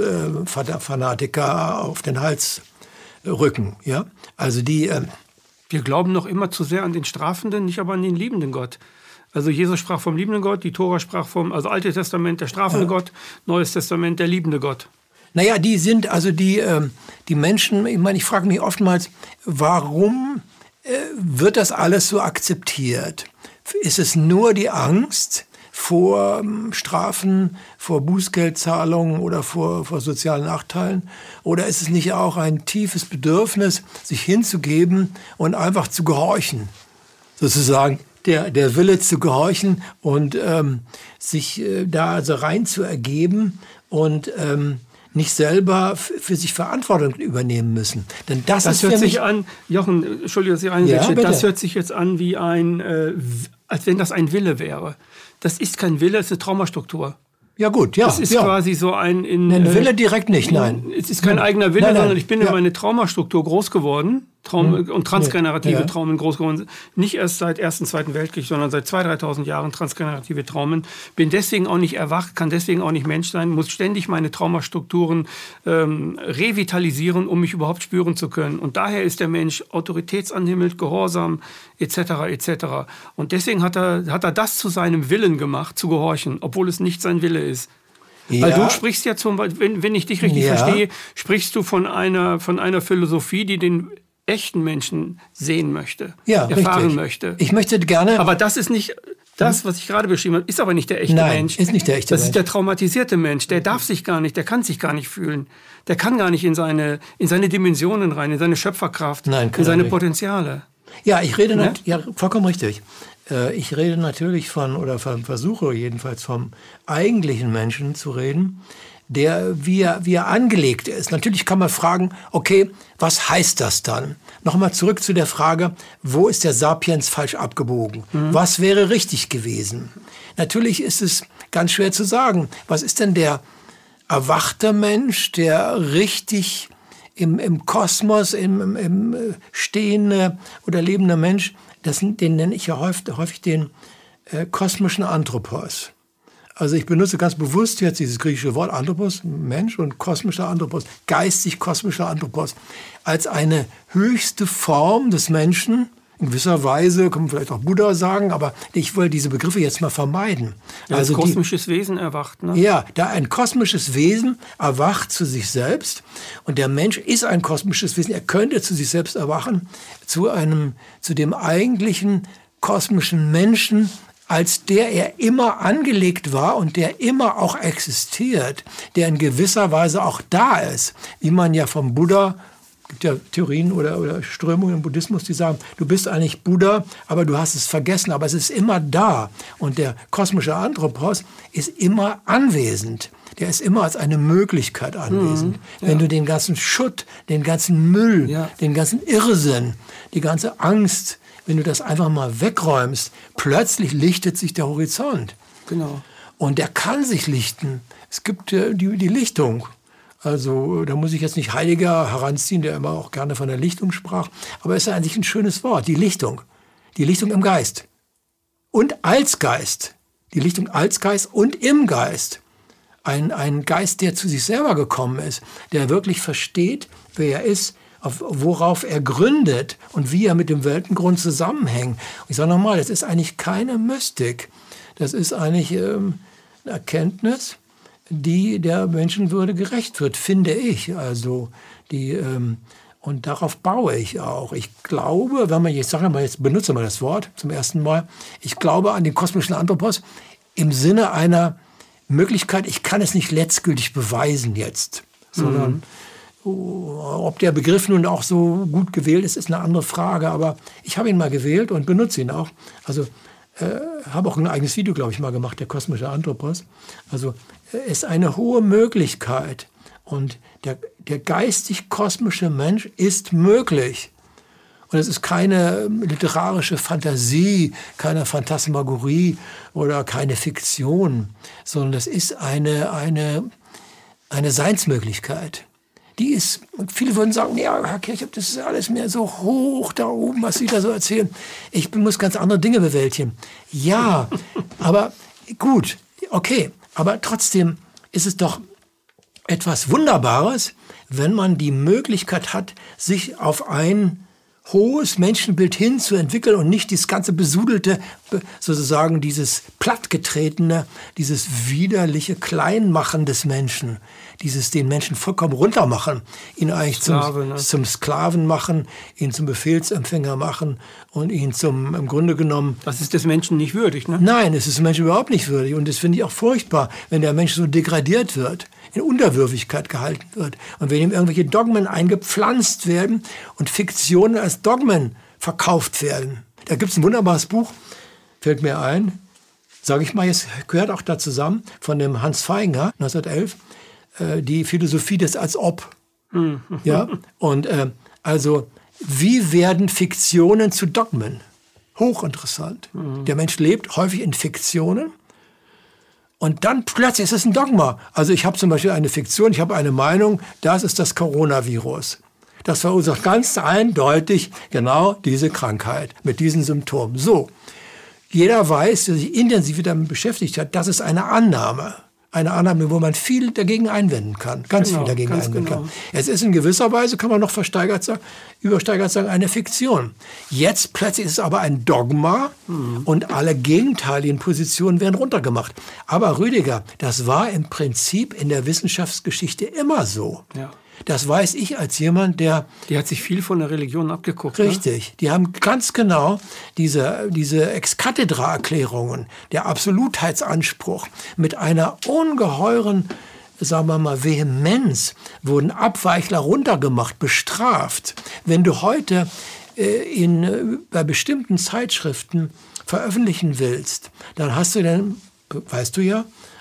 Impffanatiker auf den Hals rücken. Ja? Also die... Äh, Wir glauben noch immer zu sehr an den Strafenden, nicht aber an den liebenden Gott. Also Jesus sprach vom liebenden Gott, die Tora sprach vom, also Altes Testament der strafende ja. Gott, Neues Testament der liebende Gott. Naja, die sind, also die, äh, die Menschen, ich meine, ich frage mich oftmals, warum äh, wird das alles so akzeptiert? Ist es nur die Angst vor ähm, Strafen, vor Bußgeldzahlungen oder vor, vor sozialen Nachteilen? Oder ist es nicht auch ein tiefes Bedürfnis, sich hinzugeben und einfach zu gehorchen? Sozusagen der, der Wille zu gehorchen und ähm, sich äh, da also rein zu ergeben und ähm, nicht selber für sich Verantwortung übernehmen müssen. Denn das, das ist hört für mich sich an, Jochen, Entschuldigung, dass ich einsetze, ja, das hört sich jetzt an wie ein, äh, als wenn das ein Wille wäre. Das ist kein Wille, es ist eine Traumastruktur. Ja gut, ja. Das ist ja. quasi so ein... In, ein Wille äh, direkt nicht, nein. Es ist kein eigener Wille, nein, nein. sondern ich bin ja. in meine Traumastruktur groß geworden. Traum hm. und transgenerative ja. Traumen groß geworden. Nicht erst seit Ersten, Zweiten Weltkrieg, sondern seit zweitausend, dreitausend Jahren transgenerative Traumen. Bin deswegen auch nicht erwacht, kann deswegen auch nicht Mensch sein, muss ständig meine Traumastrukturen ähm, revitalisieren, um mich überhaupt spüren zu können. Und daher ist der Mensch autoritätsanhimmelt, gehorsam, et cetera et cetera. Und deswegen hat er, hat er das zu seinem Willen gemacht, zu gehorchen, obwohl es nicht sein Wille ist. Ja. Weil du sprichst ja zum Beispiel, wenn, wenn ich dich richtig ja. verstehe, sprichst du von einer, von einer Philosophie, die den echten Menschen sehen möchte, ja, erfahren richtig. möchte. Ich möchte gerne... Aber das ist nicht, das, was ich gerade beschrieben habe, ist aber nicht der echte Nein, Mensch. ist nicht der echte das Mensch. ist der traumatisierte Mensch. Der darf sich gar nicht, der kann sich gar nicht fühlen. Der kann gar nicht in seine, in seine Dimensionen rein, in seine Schöpferkraft, Nein, in seine nicht. Potenziale. Ja, ich rede, Ne? ja, vollkommen richtig. Ich rede natürlich von, oder versuche jedenfalls vom eigentlichen Menschen zu reden, der wie er, wie er angelegt ist. Natürlich kann man fragen, okay, was heißt das dann? Nochmal zurück zu der Frage, wo ist der Sapiens falsch abgebogen? Mhm. Was wäre richtig gewesen? Natürlich ist es ganz schwer zu sagen, was ist denn der erwachte Mensch, der richtig im, im Kosmos, im, im, im stehende oder lebende Mensch, das, den nenne ich ja häufig, häufig den äh, kosmischen Anthropos. Also ich benutze ganz bewusst jetzt dieses griechische Wort Anthropos, Mensch, und kosmischer Anthropos, geistig-kosmischer Anthropos, als eine höchste Form des Menschen. In gewisser Weise kann man vielleicht auch Buddha sagen, aber ich will diese Begriffe jetzt mal vermeiden. Ja, also ein kosmisches die, Wesen erwacht. Ne? Ja, da ein kosmisches Wesen erwacht zu sich selbst. Und der Mensch ist ein kosmisches Wesen. Er könnte zu sich selbst erwachen, zu einem, zu dem eigentlichen kosmischen Menschen, als der er immer angelegt war und der immer auch existiert, der in gewisser Weise auch da ist, wie man ja vom Buddha, gibt ja Theorien oder, oder Strömungen im Buddhismus, die sagen, du bist eigentlich Buddha, aber du hast es vergessen, aber es ist immer da. Und der kosmische Anthropos ist immer anwesend. Der ist immer als eine Möglichkeit anwesend. Mhm, ja. Wenn du den ganzen Schutt, den ganzen Müll, ja. den ganzen Irrsinn, die ganze Angst, wenn du das einfach mal wegräumst, plötzlich lichtet sich der Horizont. Genau. Und der kann sich lichten. Es gibt äh, die, die Lichtung. Also da muss ich jetzt nicht Heidegger heranziehen, der immer auch gerne von der Lichtung sprach. Aber es ist eigentlich ein schönes Wort, die Lichtung. Die Lichtung im Geist. Und als Geist. Die Lichtung als Geist und im Geist. Ein, ein Geist, der zu sich selber gekommen ist, der wirklich versteht, wer er ist, auf, worauf er gründet und wie er mit dem Weltengrund zusammenhängt. Und ich sage nochmal, das ist eigentlich keine Mystik. Das ist eigentlich ähm, eine Erkenntnis, die der Menschenwürde gerecht wird, finde ich. Also die, ähm, und darauf baue ich auch. Ich glaube, wenn man jetzt, sagen wir mal, jetzt benutze mal das Wort zum ersten Mal, ich glaube an den kosmischen Anthropos im Sinne einer Möglichkeit, ich kann es nicht letztgültig beweisen jetzt, sondern mhm. Ob der Begriff nun auch so gut gewählt ist, ist eine andere Frage. Aber ich habe ihn mal gewählt und benutze ihn auch. Also äh, habe auch ein eigenes Video, glaube ich, mal gemacht, der kosmische Anthropos. Also es äh, ist eine hohe Möglichkeit. Und der, der geistig-kosmische Mensch ist möglich. Und es ist keine literarische Fantasie, keine Phantasmagorie oder keine Fiktion, sondern es ist eine, eine, eine Seinsmöglichkeit. Die ist, viele würden sagen, ja, Herr Kirchhoff, das ist alles mehr so hoch da oben, was Sie da so erzählen. Ich muss ganz andere Dinge bewältigen. Ja, aber gut, okay. Aber trotzdem ist es doch etwas Wunderbares, wenn man die Möglichkeit hat, sich auf ein hohes Menschenbild hinzuentwickeln und nicht dieses ganze besudelte, sozusagen dieses plattgetretene, dieses widerliche Kleinmachen des Menschen, dieses den Menschen vollkommen runtermachen, ihn eigentlich Sklave, zum, ne? zum Sklaven machen, ihn zum Befehlsempfänger machen und ihn zum, im Grunde genommen... Das ist des Menschen nicht würdig, ne? Nein, es ist des Menschen überhaupt nicht würdig und das finde ich auch furchtbar, wenn der Mensch so degradiert wird, in Unterwürfigkeit gehalten wird und wenn ihm irgendwelche Dogmen eingepflanzt werden und Fiktionen als Dogmen verkauft werden. Da gibt es ein wunderbares Buch, fällt mir ein, sage ich mal, jetzt gehört auch da zusammen, von dem Hans Feinger, neunzehnhundertelf, äh, die Philosophie des Als-Ob. Mhm. Ja? Und äh, also, wie werden Fiktionen zu Dogmen? Hochinteressant. Mhm. Der Mensch lebt häufig in Fiktionen. Und dann plötzlich ist es ein Dogma. Also ich habe zum Beispiel eine Fiktion, ich habe eine Meinung, das ist das Coronavirus. Das verursacht ganz eindeutig genau diese Krankheit mit diesen Symptomen. So, jeder weiß, der sich intensiv damit beschäftigt hat, das ist eine Annahme. Eine Annahme, wo man viel dagegen einwenden kann. Ganz genau, viel dagegen einwenden genau. kann. Es ist in gewisser Weise, kann man noch versteigert sagen, übersteigert sagen, eine Fiktion. Jetzt plötzlich ist es aber ein Dogma mhm. und alle gegenteiligen Positionen werden runtergemacht. Aber Rüdiger, das war im Prinzip in der Wissenschaftsgeschichte immer so. Ja. Das weiß ich als jemand, der... Die hat sich viel von der Religion abgeguckt. Richtig. Ne? Die haben ganz genau diese, diese Ex-Cathedra-Erklärungen, der Absolutheitsanspruch mit einer ungeheuren, sagen wir mal, Vehemenz wurden Abweichler runtergemacht, bestraft. Wenn du heute äh, in, äh, bei bestimmten Zeitschriften veröffentlichen willst, dann hast du dann, weißt du ja,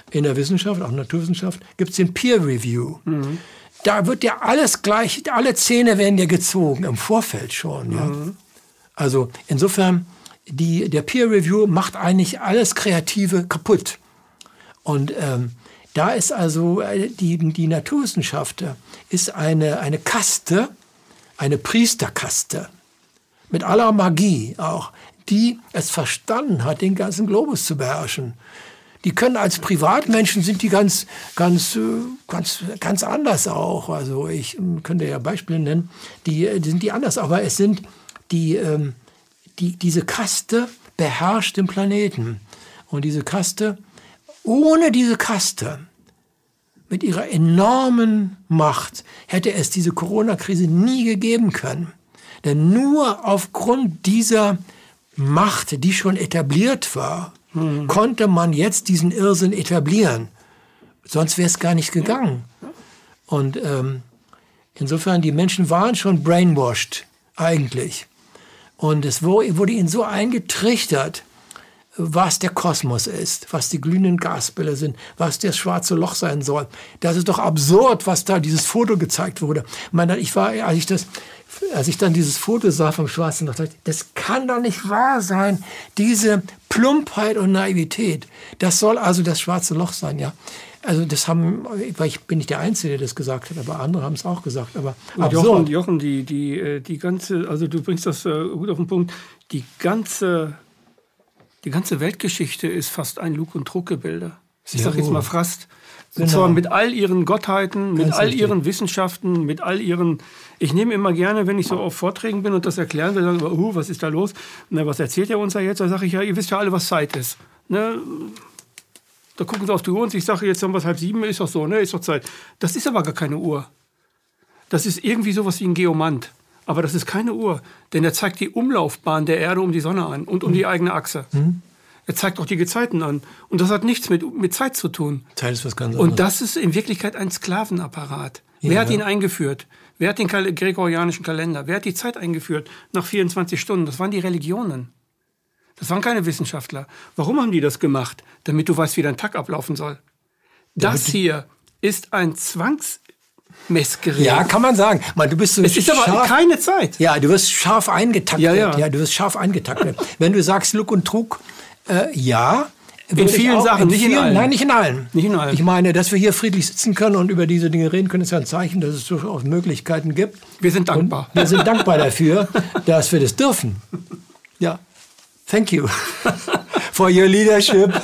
in der Wissenschaft, auch Naturwissenschaft, gibt es den Peer Review. Mhm. Da wird ja alles gleich, alle Zähne werden ja gezogen, im Vorfeld schon. Ja? Mhm. Also insofern, die, der Peer Review macht eigentlich alles Kreative kaputt. Und ähm, da ist also die, die Naturwissenschaft ist eine, eine Kaste, eine Priesterkaste, mit aller Magie auch, die es verstanden hat, den ganzen Globus zu beherrschen. Die können als Privatmenschen, sind die ganz, ganz, ganz, ganz anders auch. Also ich könnte ja Beispiele nennen, die, die sind die anders. Aber es sind die, die, diese Kaste beherrscht den Planeten. Und diese Kaste, ohne diese Kaste, mit ihrer enormen Macht hätte es diese Corona-Krise nie gegeben können. Denn nur aufgrund dieser Macht, die schon etabliert war, hm. konnte man jetzt diesen Irrsinn etablieren. Sonst wäre es gar nicht gegangen. Und ähm, insofern, die Menschen waren schon brainwashed eigentlich. Und es wurde ihnen so eingetrichtert, was der Kosmos ist, was die glühenden Gasbälle sind, was das schwarze Loch sein soll. Das ist doch absurd, was da dieses Foto gezeigt wurde. Ich meine, ich war, als ich das, als ich dann dieses Foto sah vom schwarzen Loch, dachte ich, das kann doch nicht wahr sein. Diese Plumpheit und Naivität. Das soll also das schwarze Loch sein, ja. Also das haben, ich bin nicht der Einzige, der das gesagt hat, aber andere haben es auch gesagt. Aber Jochen, Jochen, die, die, die ganze, also du bringst das gut auf den Punkt, die ganze Die ganze Weltgeschichte ist fast ein Lug- und Truggebilde. Ich sage jetzt mal fast. Und zwar mit all ihren Gottheiten, mit Ganz all richtig. ihren Wissenschaften, mit all ihren... Ich nehme immer gerne, wenn ich so auf Vorträgen bin und das erklären will, dann, uh, was ist da los? Na, was erzählt er uns da jetzt? Da sage ich, ja, ihr wisst ja alle, was Zeit ist. Ne? Da gucken sie auf die Uhr und ich sage, jetzt haben wir es halb sieben, ist doch so, ne? Ist doch Zeit. Das ist aber gar keine Uhr. Das ist irgendwie sowas wie ein Geomant. Aber das ist keine Uhr, denn er zeigt die Umlaufbahn der Erde um die Sonne an und um mhm. die eigene Achse. Mhm. Er zeigt auch die Gezeiten an. Und das hat nichts mit, mit Zeit zu tun. Zeit ist was ganz anderes. Und das ist in Wirklichkeit ein Sklavenapparat. Ja. Wer hat ihn eingeführt? Wer hat den Kal- gregorianischen Kalender? Wer hat die Zeit eingeführt nach vierundzwanzig Stunden? Das waren die Religionen. Das waren keine Wissenschaftler. Warum haben die das gemacht? Damit du weißt, wie dein Tag ablaufen soll. Das hier ist ein Zwangs... Messgerät. Ja, kann man sagen. Man, du bist so es ist aber scharf, keine Zeit. Ja, du wirst scharf eingetaktet. Ja, ja. ja du wirst scharf eingetaktet. Wenn du sagst Lug und Trug, äh, ja. In vielen auch, Sachen, in nicht vielen, in allen. Nein, nicht in allen. Nicht in allen. Ich meine, dass wir hier friedlich sitzen können und über diese Dinge reden können, ist ja ein Zeichen, dass es durchaus Möglichkeiten gibt. Wir sind dankbar. Und wir sind dankbar dafür, dass wir das dürfen. Ja. Thank you for your leadership.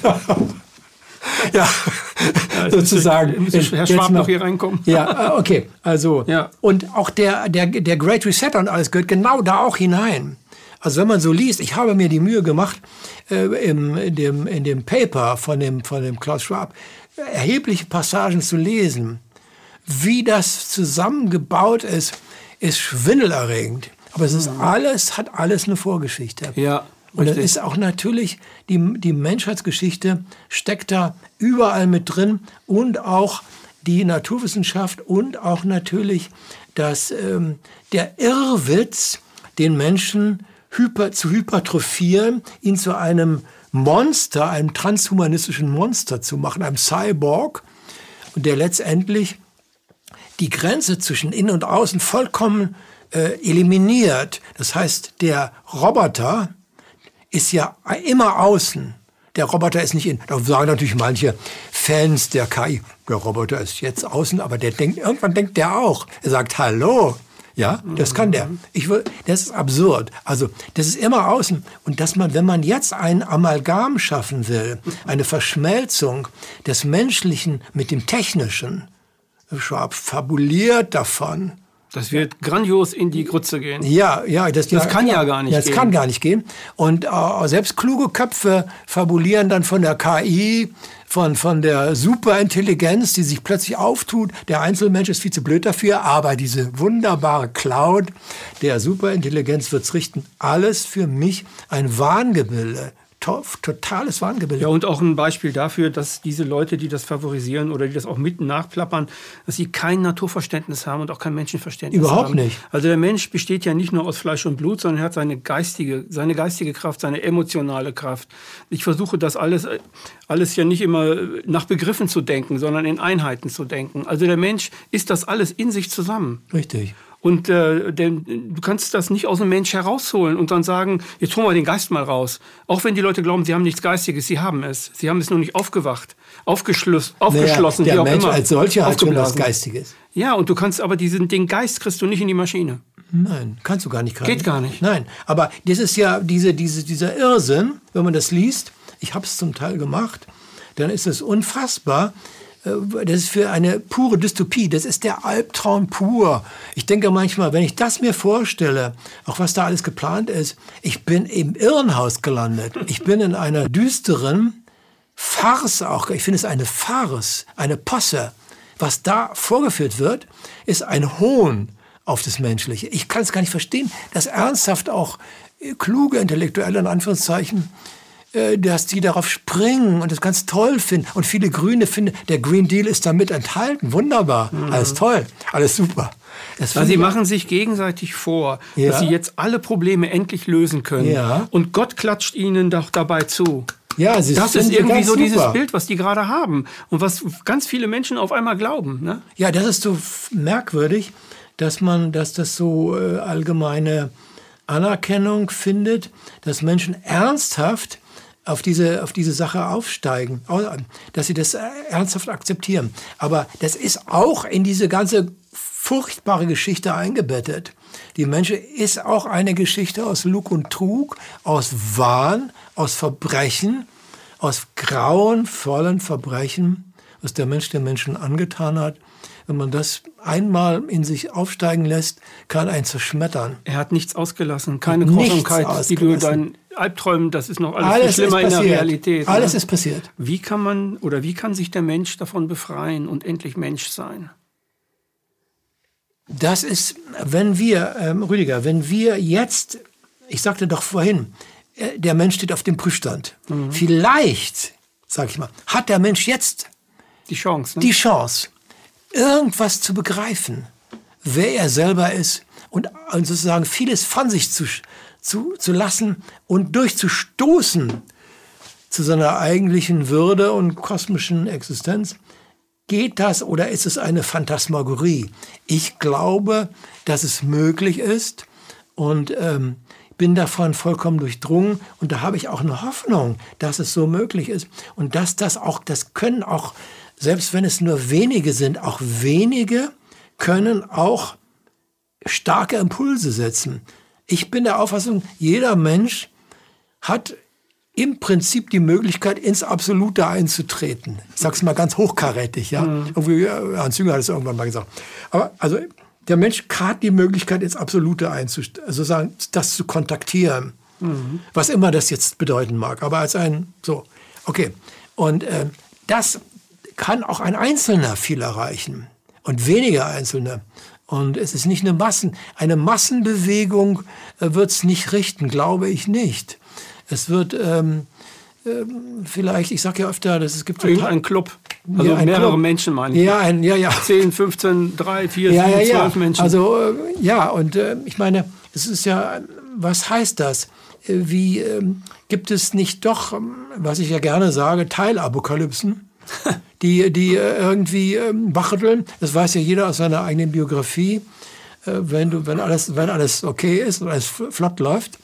Ja, ja sozusagen. Müsste, müsste Herr Schwab noch hier reinkommen. Ja, okay. Also, ja. Und auch der, der, der Great Reset und alles gehört genau da auch hinein. Also wenn man so liest, ich habe mir die Mühe gemacht, äh, im, in, dem, in dem Paper von dem, von dem Klaus Schwab, erhebliche Passagen zu lesen. Wie das zusammengebaut ist, ist schwindelerregend. Aber es ist alles, hat alles eine Vorgeschichte. Ja. Und dann ist auch natürlich, die, die Menschheitsgeschichte steckt da überall mit drin und auch die Naturwissenschaft und auch natürlich das, ähm, der Irrwitz, den Menschen hyper, zu hypertrophieren, ihn zu einem Monster, einem transhumanistischen Monster zu machen, einem Cyborg, und der letztendlich die Grenze zwischen Innen und Außen vollkommen äh, eliminiert. Das heißt, der Roboter ist ja immer außen. Der Roboter ist nicht innen. Da sagen natürlich manche Fans der K I, der Roboter ist jetzt außen, aber der denkt, irgendwann denkt der auch. Er sagt, hallo. Ja, das kann der. Ich will, das ist absurd. Also, das ist immer außen. Und dass man, wenn man jetzt ein Amalgam schaffen will, eine Verschmelzung des Menschlichen mit dem Technischen, Schwab fabuliert davon. Das wird grandios in die Grütze gehen. Ja, ja, das, das ja, kann ja gar nicht das gehen. Das kann gar nicht gehen. Und äh, selbst kluge Köpfe fabulieren dann von der K I, von, von der Superintelligenz, die sich plötzlich auftut. Der Einzelmensch ist viel zu blöd dafür, aber diese wunderbare Cloud der Superintelligenz wird's richten. Alles für mich ein Wahngebilde. to totales Wahngebilde. Ja, und auch ein Beispiel dafür, dass diese Leute, die das favorisieren oder die das auch mitten nachplappern, dass sie kein Naturverständnis haben und auch kein Menschenverständnis Überhaupt haben. nicht. Also der Mensch besteht ja nicht nur aus Fleisch und Blut, sondern er hat seine geistige, seine geistige Kraft, seine emotionale Kraft. Ich versuche das alles, alles ja nicht immer nach Begriffen zu denken, sondern in Einheiten zu denken. Also der Mensch ist das alles in sich zusammen. Richtig. Und äh, denn, du kannst das nicht aus dem Mensch herausholen und dann sagen, jetzt holen wir den Geist mal raus. Auch wenn die Leute glauben, sie haben nichts Geistiges, sie haben es. Sie haben es nur nicht aufgewacht, aufgeschlossen, aufgeschlossen, naja, der wie auch Mensch immer. als solcher hat schon was Geistiges. Ja, und du kannst aber diesen, den Geist kriegst du nicht in die Maschine. Nein, kannst du gar nicht. Geht gar nicht. Nein, aber das ist ja diese, diese, dieser Irrsinn, wenn man das liest, ich habe es zum Teil gemacht, dann ist es unfassbar. Das ist für eine pure Dystopie. Das ist der Albtraum pur. Ich denke manchmal, wenn ich das mir vorstelle, auch was da alles geplant ist, ich bin im Irrenhaus gelandet. Ich bin in einer düsteren Farce auch. Ich finde es eine Farce, eine Posse. Was da vorgeführt wird, ist ein Hohn auf das Menschliche. Ich kann es gar nicht verstehen, dass ernsthaft auch kluge Intellektuelle, in Anführungszeichen, dass die darauf springen und das ganz toll finden. Und viele Grüne finden, der Green Deal ist damit enthalten. Wunderbar, mhm. alles toll, alles super. Weil sie machen sich gegenseitig vor, ja. dass sie jetzt alle Probleme endlich lösen können. Ja. Und Gott klatscht ihnen doch dabei zu. Ja, sie das ist irgendwie so super. Dieses Bild, was die gerade haben und was ganz viele Menschen auf einmal glauben. Ne? Ja, das ist so merkwürdig, dass man, dass das so äh, allgemeine Anerkennung findet, dass Menschen ernsthaft auf diese, auf diese Sache aufsteigen, dass sie das ernsthaft akzeptieren. Aber das ist auch in diese ganze furchtbare Geschichte eingebettet. Die Menschheit ist auch eine Geschichte aus Lug und Trug, aus Wahn, aus Verbrechen, aus grauenvollen Verbrechen, was der Mensch den Menschen angetan hat. Wenn man das einmal in sich aufsteigen lässt, kann einen zerschmettern. Er hat nichts ausgelassen, keine Grausamkeit, die du in deinen Albträumen, das ist noch alles, alles viel schlimmer in der Realität. Alles ne? ist passiert. Wie kann man oder wie kann sich der Mensch davon befreien und endlich Mensch sein? Das ist, wenn wir, ähm, Rüdiger, wenn wir jetzt, ich sagte doch vorhin, äh, der Mensch steht auf dem Prüfstand. Mhm. Vielleicht, sag ich mal, hat der Mensch jetzt die Chance, ne? die Chance, irgendwas zu begreifen, wer er selber ist und sozusagen vieles von sich zu, zu, zu lassen und durchzustoßen zu seiner eigentlichen Würde und kosmischen Existenz. Geht das oder ist es eine Phantasmagorie? Ich glaube, dass es möglich ist und ähm, bin davon vollkommen durchdrungen und da habe ich auch eine Hoffnung, dass es so möglich ist und dass das auch, das können auch, selbst wenn es nur wenige sind, auch wenige können auch starke Impulse setzen. Ich bin der Auffassung, jeder Mensch hat im Prinzip die Möglichkeit, ins Absolute einzutreten. Ich sag's mal ganz hochkarätig, ja. Mhm. Irgendwie, Hans Jünger hat es irgendwann mal gesagt. Aber also der Mensch hat die Möglichkeit, ins Absolute einzutreten, also sagen, das zu kontaktieren, mhm. was immer das jetzt bedeuten mag. Aber als ein so, okay. Und äh, das kann auch ein Einzelner viel erreichen und weniger Einzelne. Und es ist nicht eine Massen, eine Massenbewegung äh, wird es nicht richten, glaube ich nicht. Es wird ähm, ähm, vielleicht, ich sage ja öfter, dass es gibt so ein Club, also ja, mehrere Club. Menschen meine ich. Ja, ein, ja, ja. zehn, fünfzehn, drei, vier, ja, sieben, ja, zwölf ja. Menschen. Also äh, ja, und äh, ich meine, es ist ja, was heißt das? Wie äh, gibt es nicht doch, was ich ja gerne sage, Teilapokalypsen? die, die irgendwie ähm, wacheln. Das weiß ja jeder aus seiner eigenen Biografie. Äh, wenn, du, wenn, alles, wenn alles okay ist und alles flott läuft,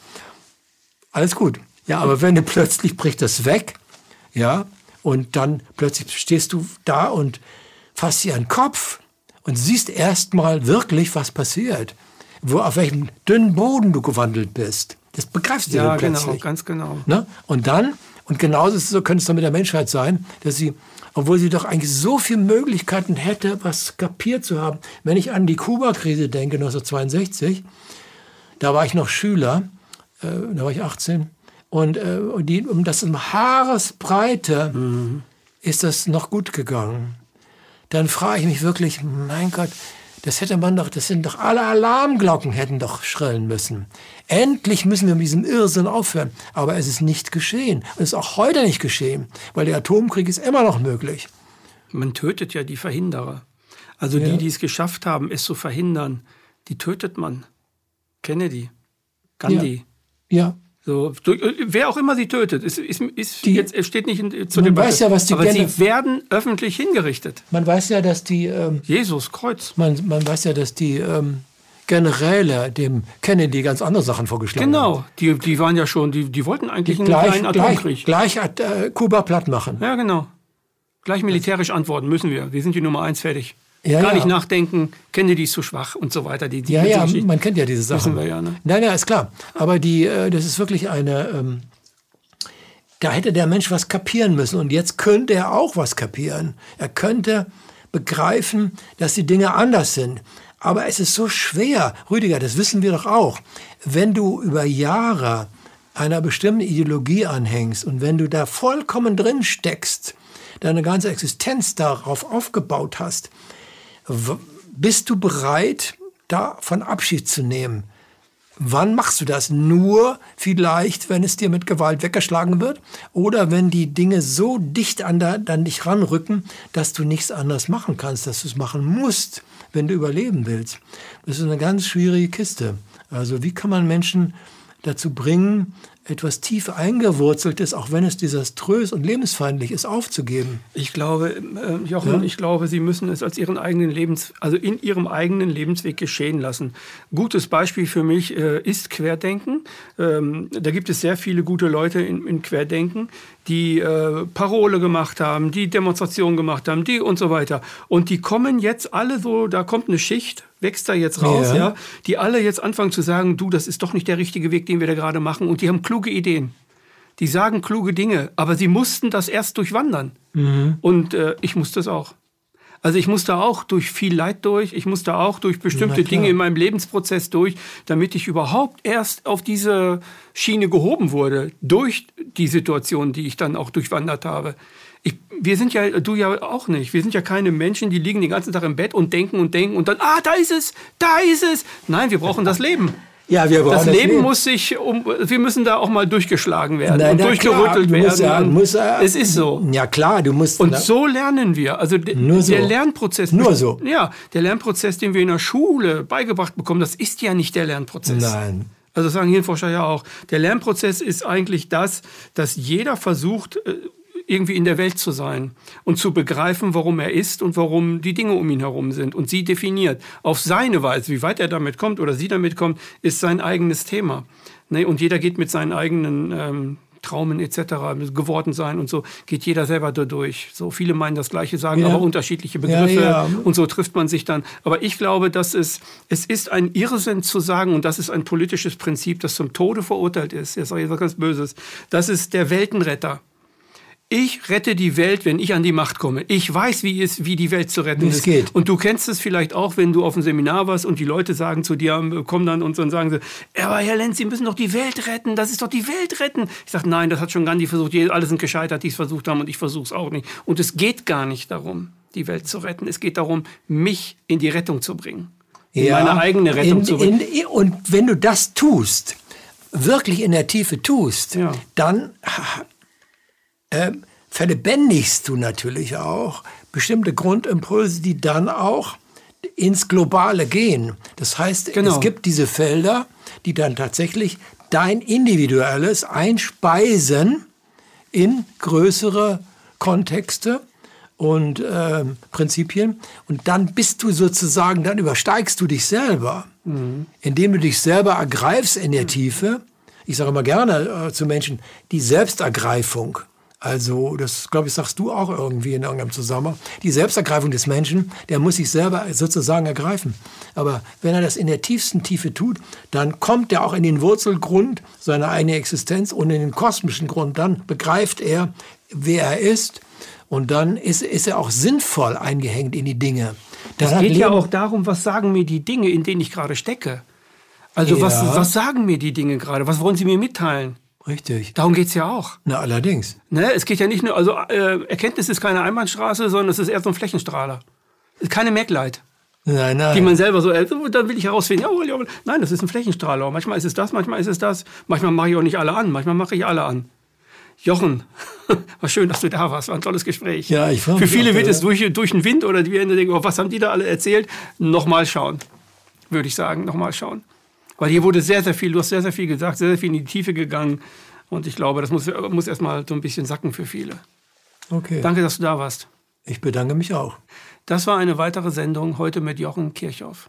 alles gut. Ja, aber wenn du plötzlich bricht das weg, ja, und dann plötzlich stehst du da und fasst dir an den Kopf und siehst erst mal wirklich, was passiert. Wo, auf welchem dünnen Boden du gewandelt bist. Das begreifst du ja plötzlich. Ja, genau, ganz genau. Ne? Und dann, und genauso so könnte es dann mit der Menschheit sein, dass sie, obwohl sie doch eigentlich so viele Möglichkeiten hätte, was kapiert zu haben. Wenn ich an die Kuba-Krise denke, neunzehnhundertzweiundsechzig, da war ich noch Schüler, äh, da war ich achtzehn, und, äh, und die, um das um Haaresbreite mhm. ist das noch gut gegangen. Dann frage ich mich wirklich, mein Gott, Das hätte man doch, das sind doch alle Alarmglocken hätten doch schrillen müssen. Endlich müssen wir mit diesem Irrsinn aufhören. Aber es ist nicht geschehen. Und es ist auch heute nicht geschehen, weil der Atomkrieg ist immer noch möglich. Man tötet ja die Verhinderer. Also Ja. die, die es geschafft haben, es zu verhindern, die tötet man. Kennedy, Gandhi. Ja. So, durch, wer auch immer sie tötet, ist, ist, ist Die- jetzt, es steht nicht in, zur Man Debatte. weiß ja, was die aber gerne- sie werden öffentlich hingerichtet. Man weiß ja, dass die, ähm, Jesus, Kreuz. man, man weiß ja, dass die ähm, Generäle dem Kennedy ganz andere Sachen vorgeschlagen haben. Genau, die, die waren ja schon, die, die wollten eigentlich einen Gleich, kleinen gleich, Atomkrieg. gleich äh, Kuba platt machen. Ja, genau. Gleich militärisch antworten müssen wir. Wir sind die Nummer eins fertig. Ja, Gar ja. nicht nachdenken, Kennedy ist zu schwach und so weiter. Die, die Ja, ja, Geschichte- man kennt ja diese Sachen. Wissen wir ja, ne? Nein, nein, ist klar. Aber die, äh, das ist wirklich eine, ähm, da hätte der Mensch was kapieren müssen. Und jetzt könnte er auch was kapieren. Er könnte begreifen, dass die Dinge anders sind. Aber es ist so schwer, Rüdiger, das wissen wir doch auch, wenn du über Jahre einer bestimmten Ideologie anhängst und wenn du da vollkommen drin steckst, deine ganze Existenz darauf aufgebaut hast, w- bist du bereit, davon Abschied zu nehmen? Wann machst du das? Nur vielleicht, wenn es dir mit Gewalt weggeschlagen wird oder wenn die Dinge so dicht an, der, an dich ranrücken, dass du nichts anderes machen kannst, dass du es machen musst, wenn du überleben willst. Das ist eine ganz schwierige Kiste. Also wie kann man Menschen dazu bringen, etwas tief eingewurzeltes, auch wenn es desaströs und lebensfeindlich ist, aufzugeben? Ich glaube, äh, Jochen, Ja? ich glaube, Sie müssen es als Ihren eigenen Lebens, also in Ihrem eigenen Lebensweg geschehen lassen. Gutes Beispiel für mich äh, ist Querdenken. Ähm, da gibt es sehr viele gute Leute in, in Querdenken, die äh, Parole gemacht haben, die Demonstrationen gemacht haben, die und so weiter. Und die kommen jetzt alle so, da kommt eine Schicht, wächst da jetzt raus, Ja. ja, die alle jetzt anfangen zu sagen, du, das ist doch nicht der richtige Weg, den wir da gerade machen. Und die haben kluge Ideen. Die sagen kluge Dinge, aber sie mussten das erst durchwandern. Und äh, ich musste es auch. Also ich musste auch durch viel Leid durch, ich musste auch durch bestimmte Na klar. Dinge in meinem Lebensprozess durch, damit ich überhaupt erst auf diese Schiene gehoben wurde, durch die Situation, die ich dann auch durchwandert habe. Ich, wir sind ja, du ja auch nicht, wir sind ja keine Menschen, die liegen den ganzen Tag im Bett und denken und denken und dann, ah, da ist es, da ist es. Nein, wir brauchen das Leben. Ja, wir brauchen Das das Leben Leben. muss sich, um, wir müssen da auch mal durchgeschlagen werden Nein, und na durchgerüttelt klar, du musst werden. ja- und musst ja- es ist so. Ja klar, du musst... Und na, so lernen wir. Also de, Nur so. der Lernprozess. Nur so. Ja, der Lernprozess, den wir in der Schule beigebracht bekommen, das ist ja nicht der Lernprozess. Nein. Also das sagen Hirnforscher ja auch. Der Lernprozess ist eigentlich das, dass jeder versucht, äh, irgendwie in der Welt zu sein und zu begreifen, warum er ist und warum die Dinge um ihn herum sind und sie definiert. Auf seine Weise, wie weit er damit kommt oder sie damit kommt, ist sein eigenes Thema. Ne? Und jeder geht mit seinen eigenen ähm, Traumen et cetera geworden sein und so, geht jeder selber da durch. So viele meinen das Gleiche, sagen Ja. aber unterschiedliche Begriffe Ja, ja. und so trifft man sich dann. Aber ich glaube, dass es, es ist ein Irrsinn zu sagen, und das ist ein politisches Prinzip, das zum Tode verurteilt ist, jetzt sage ich was ganz Böses, das ist der Weltenretter. Ich rette die Welt, wenn ich an die Macht komme. Ich weiß, wie es, wie die Welt zu retten Wie es ist. geht. Und du kennst es vielleicht auch, wenn du auf einem Seminar warst und die Leute sagen zu dir, kommen dann und dann sagen sie, aber Herr Lenz, Sie müssen doch die Welt retten, das ist doch die Welt retten. Ich sage, nein, das hat schon Gandhi versucht, alle sind gescheitert, die es versucht haben und ich versuche es auch nicht. Und es geht gar nicht darum, die Welt zu retten. Es geht darum, mich in die Rettung zu bringen. In meine eigene Rettung in, zu bringen. In, und wenn du das tust, wirklich in der Tiefe tust, Ja. dann äh, verlebendigst du natürlich auch bestimmte Grundimpulse, die dann auch ins Globale gehen. Das heißt, Genau. es gibt diese Felder, die dann tatsächlich dein Individuelles einspeisen in größere Kontexte und äh, Prinzipien. Und dann bist du sozusagen, dann übersteigst du dich selber, mhm. indem du dich selber ergreifst in der Tiefe. Ich sage immer gerne äh, zu Menschen, die Selbstergreifung. Also, das, glaube ich, sagst du auch irgendwie in irgendeinem Zusammenhang. Die Selbstergreifung des Menschen, der muss sich selber sozusagen ergreifen. Aber wenn er das in der tiefsten Tiefe tut, dann kommt er auch in den Wurzelgrund seiner eigenen Existenz und in den kosmischen Grund. Dann begreift er, wer er ist. Und dann ist, ist er auch sinnvoll eingehängt in die Dinge. Dann Es hat geht ja Leben- auch darum, was sagen mir die Dinge, in denen ich gerade stecke. Also was, Ja. was sagen mir die Dinge gerade? Was wollen sie mir mitteilen? Richtig. Darum geht's ja auch. Na, allerdings. Ne? Es geht ja nicht nur, also äh, Erkenntnis ist keine Einbahnstraße, sondern es ist eher so ein Flächenstrahler. Keine Maglite. Nein, nein. Die man selber so, äh, dann will ich herausfinden, jawohl, jawohl. Nein, das ist ein Flächenstrahler. Manchmal ist es das, manchmal ist es das. Manchmal mache ich auch nicht alle an, manchmal mache ich alle an. Jochen, war schön, dass du da warst, war ein tolles Gespräch. Ja, ich Für viele auch, wird ja. es durch, durch den Wind oder die werden denken, oh, was haben die da alle erzählt? Nochmal schauen, würde ich sagen, nochmal schauen. Weil hier wurde sehr, sehr viel, du hast sehr, sehr viel gesagt, sehr, sehr viel in die Tiefe gegangen. Und ich glaube, das muss, muss erstmal so ein bisschen sacken für viele. Okay. Danke, dass du da warst. Ich bedanke mich auch. Das war eine weitere Sendung heute mit Jochen Kirchhoff.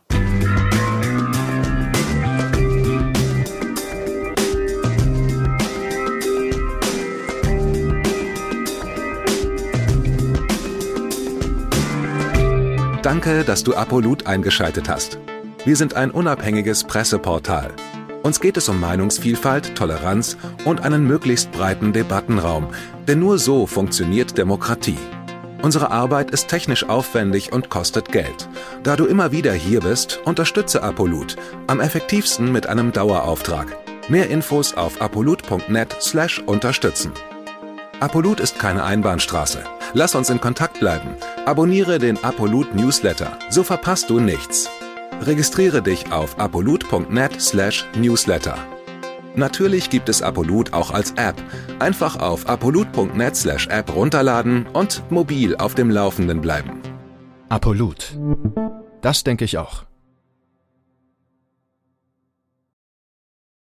Danke, dass du Apolut eingeschaltet hast. Wir sind ein unabhängiges Presseportal. Uns geht es um Meinungsvielfalt, Toleranz und einen möglichst breiten Debattenraum, denn nur so funktioniert Demokratie. Unsere Arbeit ist technisch aufwendig und kostet Geld. Da du immer wieder hier bist, unterstütze Apolut, am effektivsten mit einem Dauerauftrag. Mehr Infos auf apolut punkt net slash unterstützen. Apolut ist keine Einbahnstraße. Lass uns in Kontakt bleiben. Abonniere den Apolut Newsletter, so verpasst du nichts. Registriere dich auf apolut punkt net slash newsletter. Natürlich gibt es Apolut auch als App. Einfach auf apolut punkt net slash app runterladen und mobil auf dem Laufenden bleiben. Apolut. Das denke ich auch.